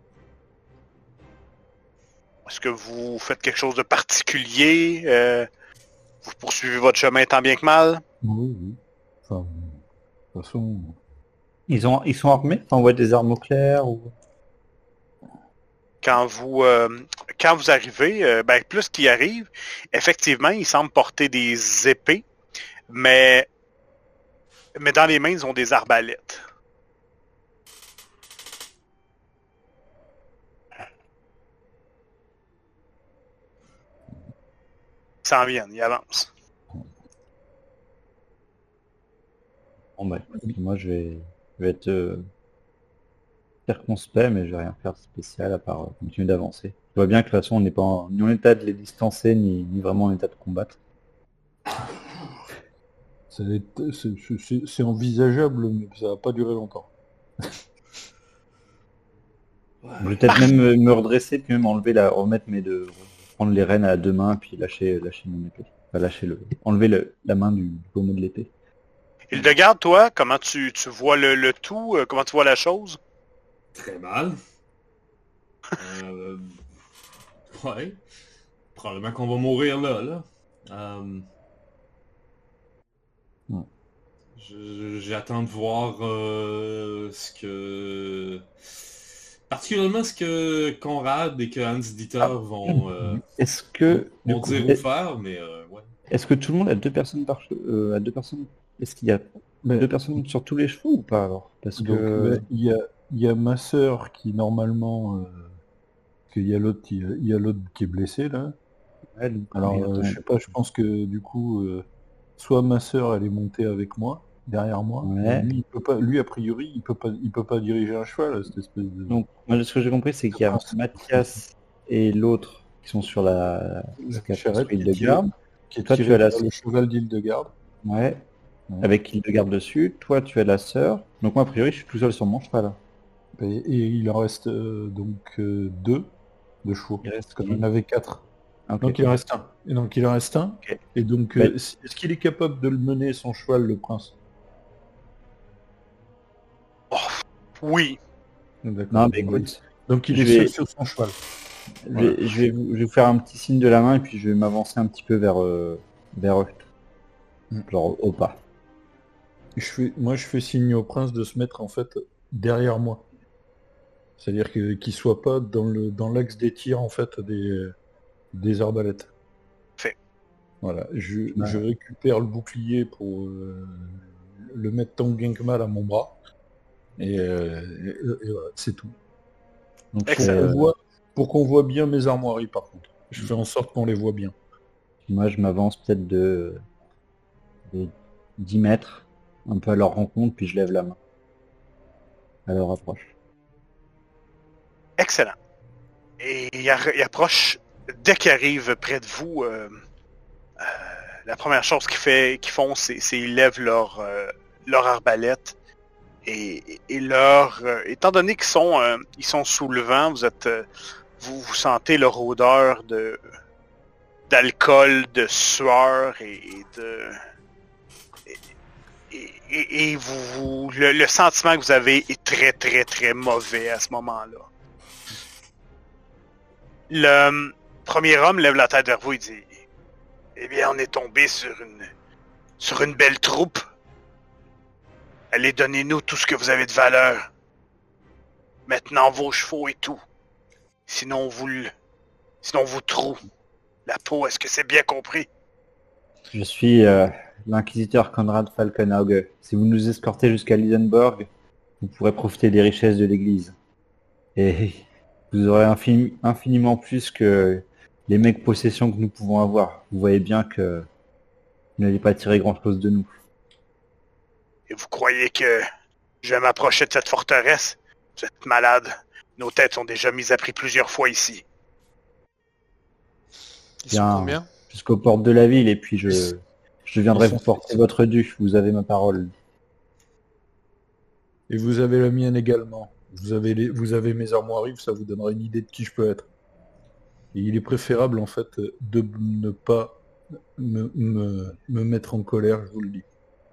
Est-ce que vous faites quelque chose de particulier? Vous poursuivez votre chemin tant bien que mal? Oui, oui. Enfin, de toute façon, Ils sont armés? Enfin, on voit des armes au clair ou... Quand vous arrivez, plus qu'ils arrivent, effectivement, ils semblent porter des épées, mais dans les mains, ils ont des arbalètes. Ils s'en viennent, ils avancent. Bon, bah, moi, je vais être circonspect, mais je vais rien faire de spécial à part continuer d'avancer. Je vois bien que de toute façon, on n'est pas ni en état de les distancer, ni vraiment en état de combattre. c'est envisageable, mais ça va pas durer longtemps. Je vais peut-être même me redresser, puis même prendre les rênes à 2 mains, puis lâcher mon épée. Enfin, enlever la main du pommeau de l'épée. Hildegarde, toi, comment tu vois le tout? Comment tu vois la chose? Très mal. Ouais. Probablement qu'on va mourir là. Ouais. J'attends de voir ce que Particulièrement ce que Conrad et que Hans Dieter vont, Est-ce que du vont coup, dire ou faire, mais ouais. est-ce que tout le monde a 2 personnes à 2 personnes? Est-ce qu'il y a Mais, 2 personnes sur tous les chevaux ou pas alors? Parce donc, que il y a ma sœur qui normalement, qu'il y a l'autre qui est blessé là. ouais, donc, Alors, mais attends, je sais pas, je pense que du coup, soit ma sœur elle est montée avec moi, derrière moi, mais ouais. lui il peut pas, lui a priori il peut pas diriger un cheval, cette espèce de. Donc moi ce que j'ai compris c'est qu'il y a prince. Mathias et l'autre qui sont sur la La charrette île qui de est tirée, garde. qui est Toi, tu tirée as la- par le cheval d'Île-de-Garde. Ouais. Ouais. Avec île de garde dessus. Toi tu as la sœur. Donc moi a priori je suis tout seul sur mon cheval. Et il en reste donc deux de chevaux. Il reste Parce qu'on qui en avait 4. Ah, ok. Donc il en reste un. Et donc il en reste un. Ok. Et donc Bah, est-ce qu'il est capable de le mener son cheval, le prince? Oui. D'accord. Non mais écoute, Donc il je est vais- seul sur son cheval. Voilà. je vais vous faire un petit signe de la main et puis je vais m'avancer un petit peu vers eux. Genre au pas. Moi je fais signe au prince de se mettre en fait derrière moi. C'est-à-dire qu'il soit pas dans l'axe des tirs en fait des arbalètes. Fait. Voilà. Je Ouais. récupère le bouclier pour le mettre tant bien que mal à mon bras. Et voilà, c'est tout. Donc Excellent. pour qu'on voit bien mes armoiries par contre. Je fais en sorte qu'on les voit bien. Moi je m'avance peut-être de 10 mètres un peu à leur rencontre puis je lève la main à leur approche. Excellent. Et il approche, dès qu'il arrive près de vous, la première chose qu'ils font, c'est ils lèvent leur arbalète. Et étant donné ils sont sous le vent, vous sentez leur odeur d'alcool, de sueur et le sentiment que vous avez est très très très mauvais à ce moment-là. Le premier homme lève la tête vers vous et dit: eh bien, on est tombé sur une belle troupe. Allez, donnez-nous tout ce que vous avez de valeur. Maintenant, vos chevaux et tout. Sinon, sinon vous troue la peau. Est-ce que c'est bien compris? Je suis l'inquisiteur Conrad Falkenauge. Si vous nous escortez jusqu'à Lisenborg, vous pourrez profiter des richesses de l'église. Et vous aurez infiniment plus que les mecs possessions que nous pouvons avoir. Vous voyez bien que vous n'allez pas tirer grand-chose de nous. Et vous croyez que je vais m'approcher de cette forteresse? Vous êtes malade. Nos têtes sont déjà mises à prix plusieurs fois ici. Ils Bien. sont combien? Jusqu'aux portes de la ville et puis je viendrai Ils sont vous porter votre dû. Vous avez ma parole. Et vous avez la mienne également. Vous avez mes armoiries, ça vous donnera une idée de qui je peux être. Et il est préférable en fait de ne pas me mettre en colère, je vous le dis.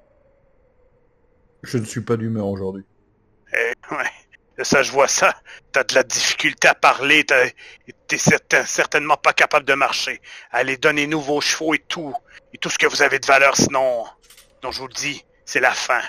Je ne suis pas d'humeur aujourd'hui. Ouais. Ça, je vois ça. T'as de la difficulté à parler. T'es certainement pas capable de marcher. Allez, donnez-nous vos chevaux et tout ce que vous avez de valeur, sinon je vous le dis, c'est la fin.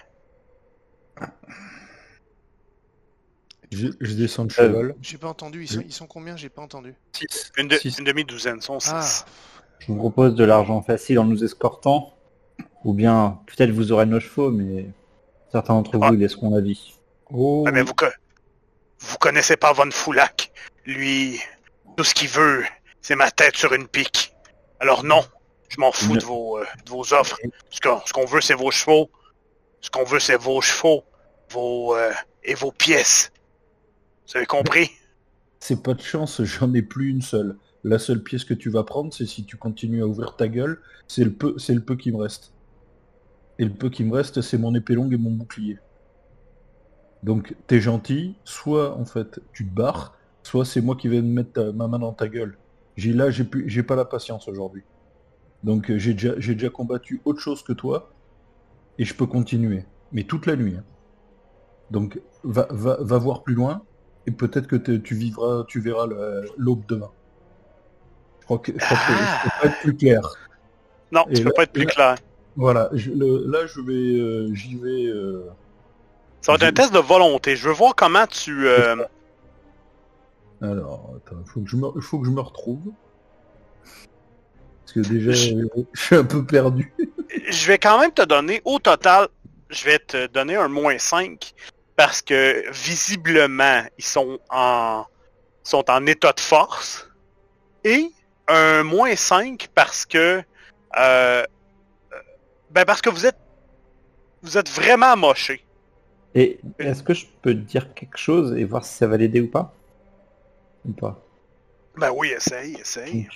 Je descends de cheval. J'ai pas entendu. Ils sont combien? J'ai pas entendu. 6. Une demi-douzaine, sont 6. Ah, Je vous propose de l'argent facile en nous escortant. Ou bien, peut-être vous aurez nos chevaux, mais certains d'entre vous Ah. ils laisseront la vie. Oh, Ouais, mais vous connaissez pas Von Foulac. Lui, tout ce qu'il veut, c'est ma tête sur une pique. Alors non, je m'en fous de vos offres. Ce qu'on veut, c'est vos chevaux. Ce qu'on veut, c'est vos chevaux. Et vos pièces. Vous avez compris? c'est pas de chance, j'en ai plus une seule. La seule pièce que tu vas prendre, c'est si tu continues à ouvrir ta gueule, c'est le peu qui me reste. Et le peu qui me reste, c'est mon épée longue et mon bouclier. Donc t'es gentil, soit en fait tu te barres, soit c'est moi qui vais mettre ma main dans ta gueule. J'ai pas la patience aujourd'hui. Donc j'ai déjà combattu autre chose que toi, et je peux continuer. Mais toute la nuit. Hein. Donc va voir plus loin, et peut-être que tu verras l'aube demain. Je crois que je peux pas être plus clair. Non, Et tu peux là- pas être plus clair. Voilà, j'y vais. Ça va être un test de volonté. Je veux voir comment tu Alors, attends, faut que je me retrouve. Parce que déjà, je suis un peu perdu. Je vais quand même te donner, au total, je vais te donner un -5 parce que visiblement, ils sont en état de force. Et un -5 parce que parce que vous êtes vraiment amoché. Et est-ce que je peux te dire quelque chose et voir si ça va l'aider ou pas? Ou pas? Ben oui, essaye. Donc,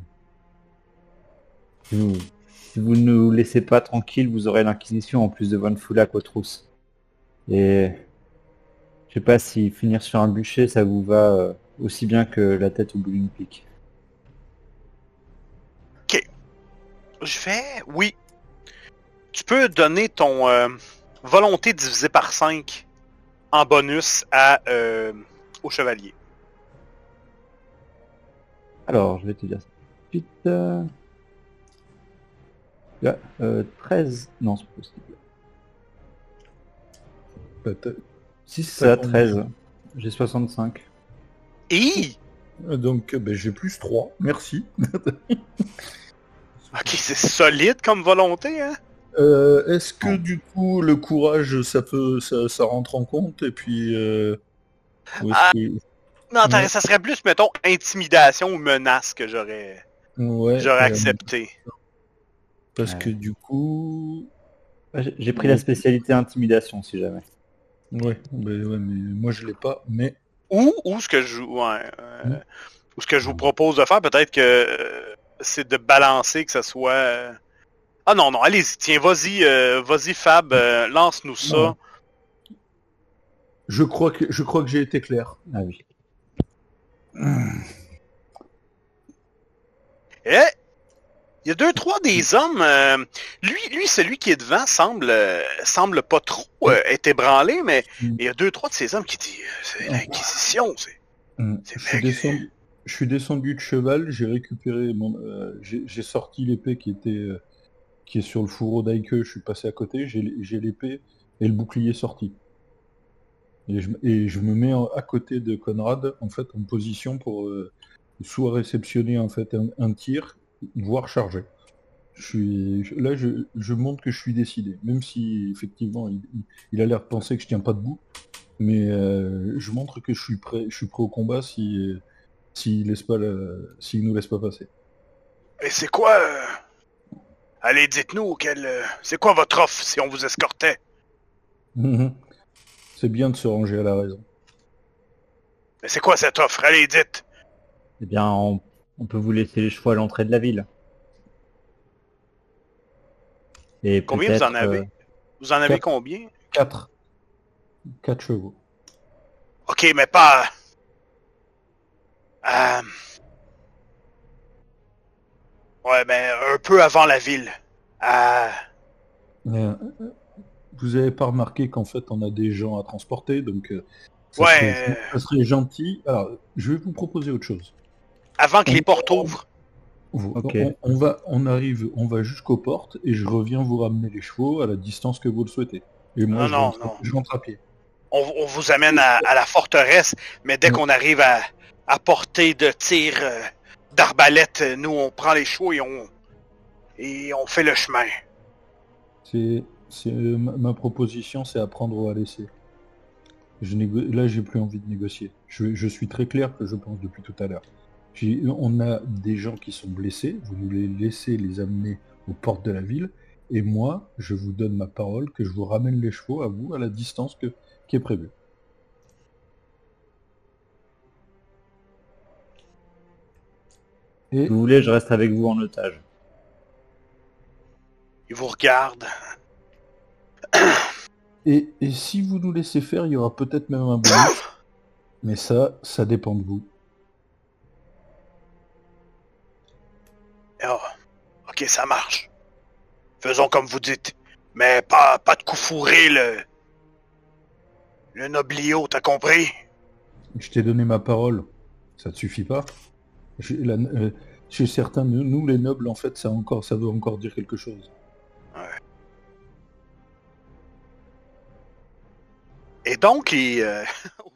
si vous ne nous laissez pas tranquille, vous aurez l'Inquisition en plus de Von Foulac aux trousses. Et je sais pas si finir sur un bûcher, ça vous va aussi bien que la tête au bout d'une pique. Ok. Oui. Tu peux donner ton volonté divisé par 5 en bonus au chevalier. Alors, je vais te dire ça tout de suite. Là, 13. Non, c'est possible. Peut-être. Si c'est à 13, j'ai 65. Et Donc, j'ai plus 3. Merci. ok, c'est solide comme volonté, hein? Est-ce que du coup, le courage, ça rentre en compte? Et puis, ou est-ce que... Non, Ouais. ça serait plus, mettons, intimidation ou menace que j'aurais Ouais, accepté. parce Ouais. que du coup... J'ai pris la spécialité intimidation, si jamais. Ouais, mais moi je l'ai pas, mais... Ou ce que je ou ce que je vous propose de faire, peut-être que c'est de balancer que ça soit. Ah non, allez-y, tiens, vas-y Fab, lance-nous ça. Non. Je crois que j'ai été clair. Ah oui. Et il y a 2-3 des hommes. Lui, celui qui est devant semble pas trop être ébranlé, mais il y a 2-3 de ces hommes qui disent c'est l'Inquisition, c'est. Je suis descendu de cheval, j'ai récupéré j'ai sorti l'épée qui est sur le fourreau d'Aike, je suis passé à côté, j'ai l'épée et le bouclier sorti. Et je me mets à côté de Conrad, en fait, en position pour soit réceptionner en fait un tir, voire charger. Je montre que je suis décidé, même si effectivement il a l'air de penser que je tiens pas debout, mais je montre que je suis prêt au combat s'il nous laisse pas passer. Et c'est quoi Allez, dites-nous c'est quoi votre offre si on vous escortait? C'est bien de se ranger à la raison. Mais c'est quoi cette offre? Allez, dites. Eh bien, on peut vous laisser les chevaux à l'entrée de la ville. Et Combien vous en avez? Vous en avez 4. combien? 4 chevaux. Ok, mais pas... Ouais, mais un peu avant la ville. Vous avez pas remarqué qu'en fait on a des gens à transporter, donc ça serait gentil. Alors, je vais vous proposer autre chose. Avant que les portes ouvrent. Okay. On va jusqu'aux portes et je reviens vous ramener les chevaux à la distance que vous le souhaitez. Et moi, je rentre à pied. On vous amène à la forteresse, mais dès qu'on arrive à portée de tir d'arbalète, nous on prend les chevaux et on fait le chemin. Ma proposition, c'est à prendre ou à laisser. Là, j'ai plus envie de négocier. Je suis très clair que je pense depuis tout à l'heure. On a des gens qui sont blessés, vous nous les laissez les amener aux portes de la ville, et moi, je vous donne ma parole que je vous ramène les chevaux à vous à la distance qui est prévue. Si vous voulez, je reste avec vous en otage. Ils vous regardent. Et si vous nous laissez faire, il y aura peut-être même un bonus, mais ça dépend de vous. Oh, ok, ça marche. Faisons comme vous dites. Mais pas de coup fourré, le noblio, t'as compris? Je t'ai donné ma parole. Ça te suffit pas? Chez certains, nous les nobles, en fait, ça veut encore dire quelque chose. Ouais. Et donc,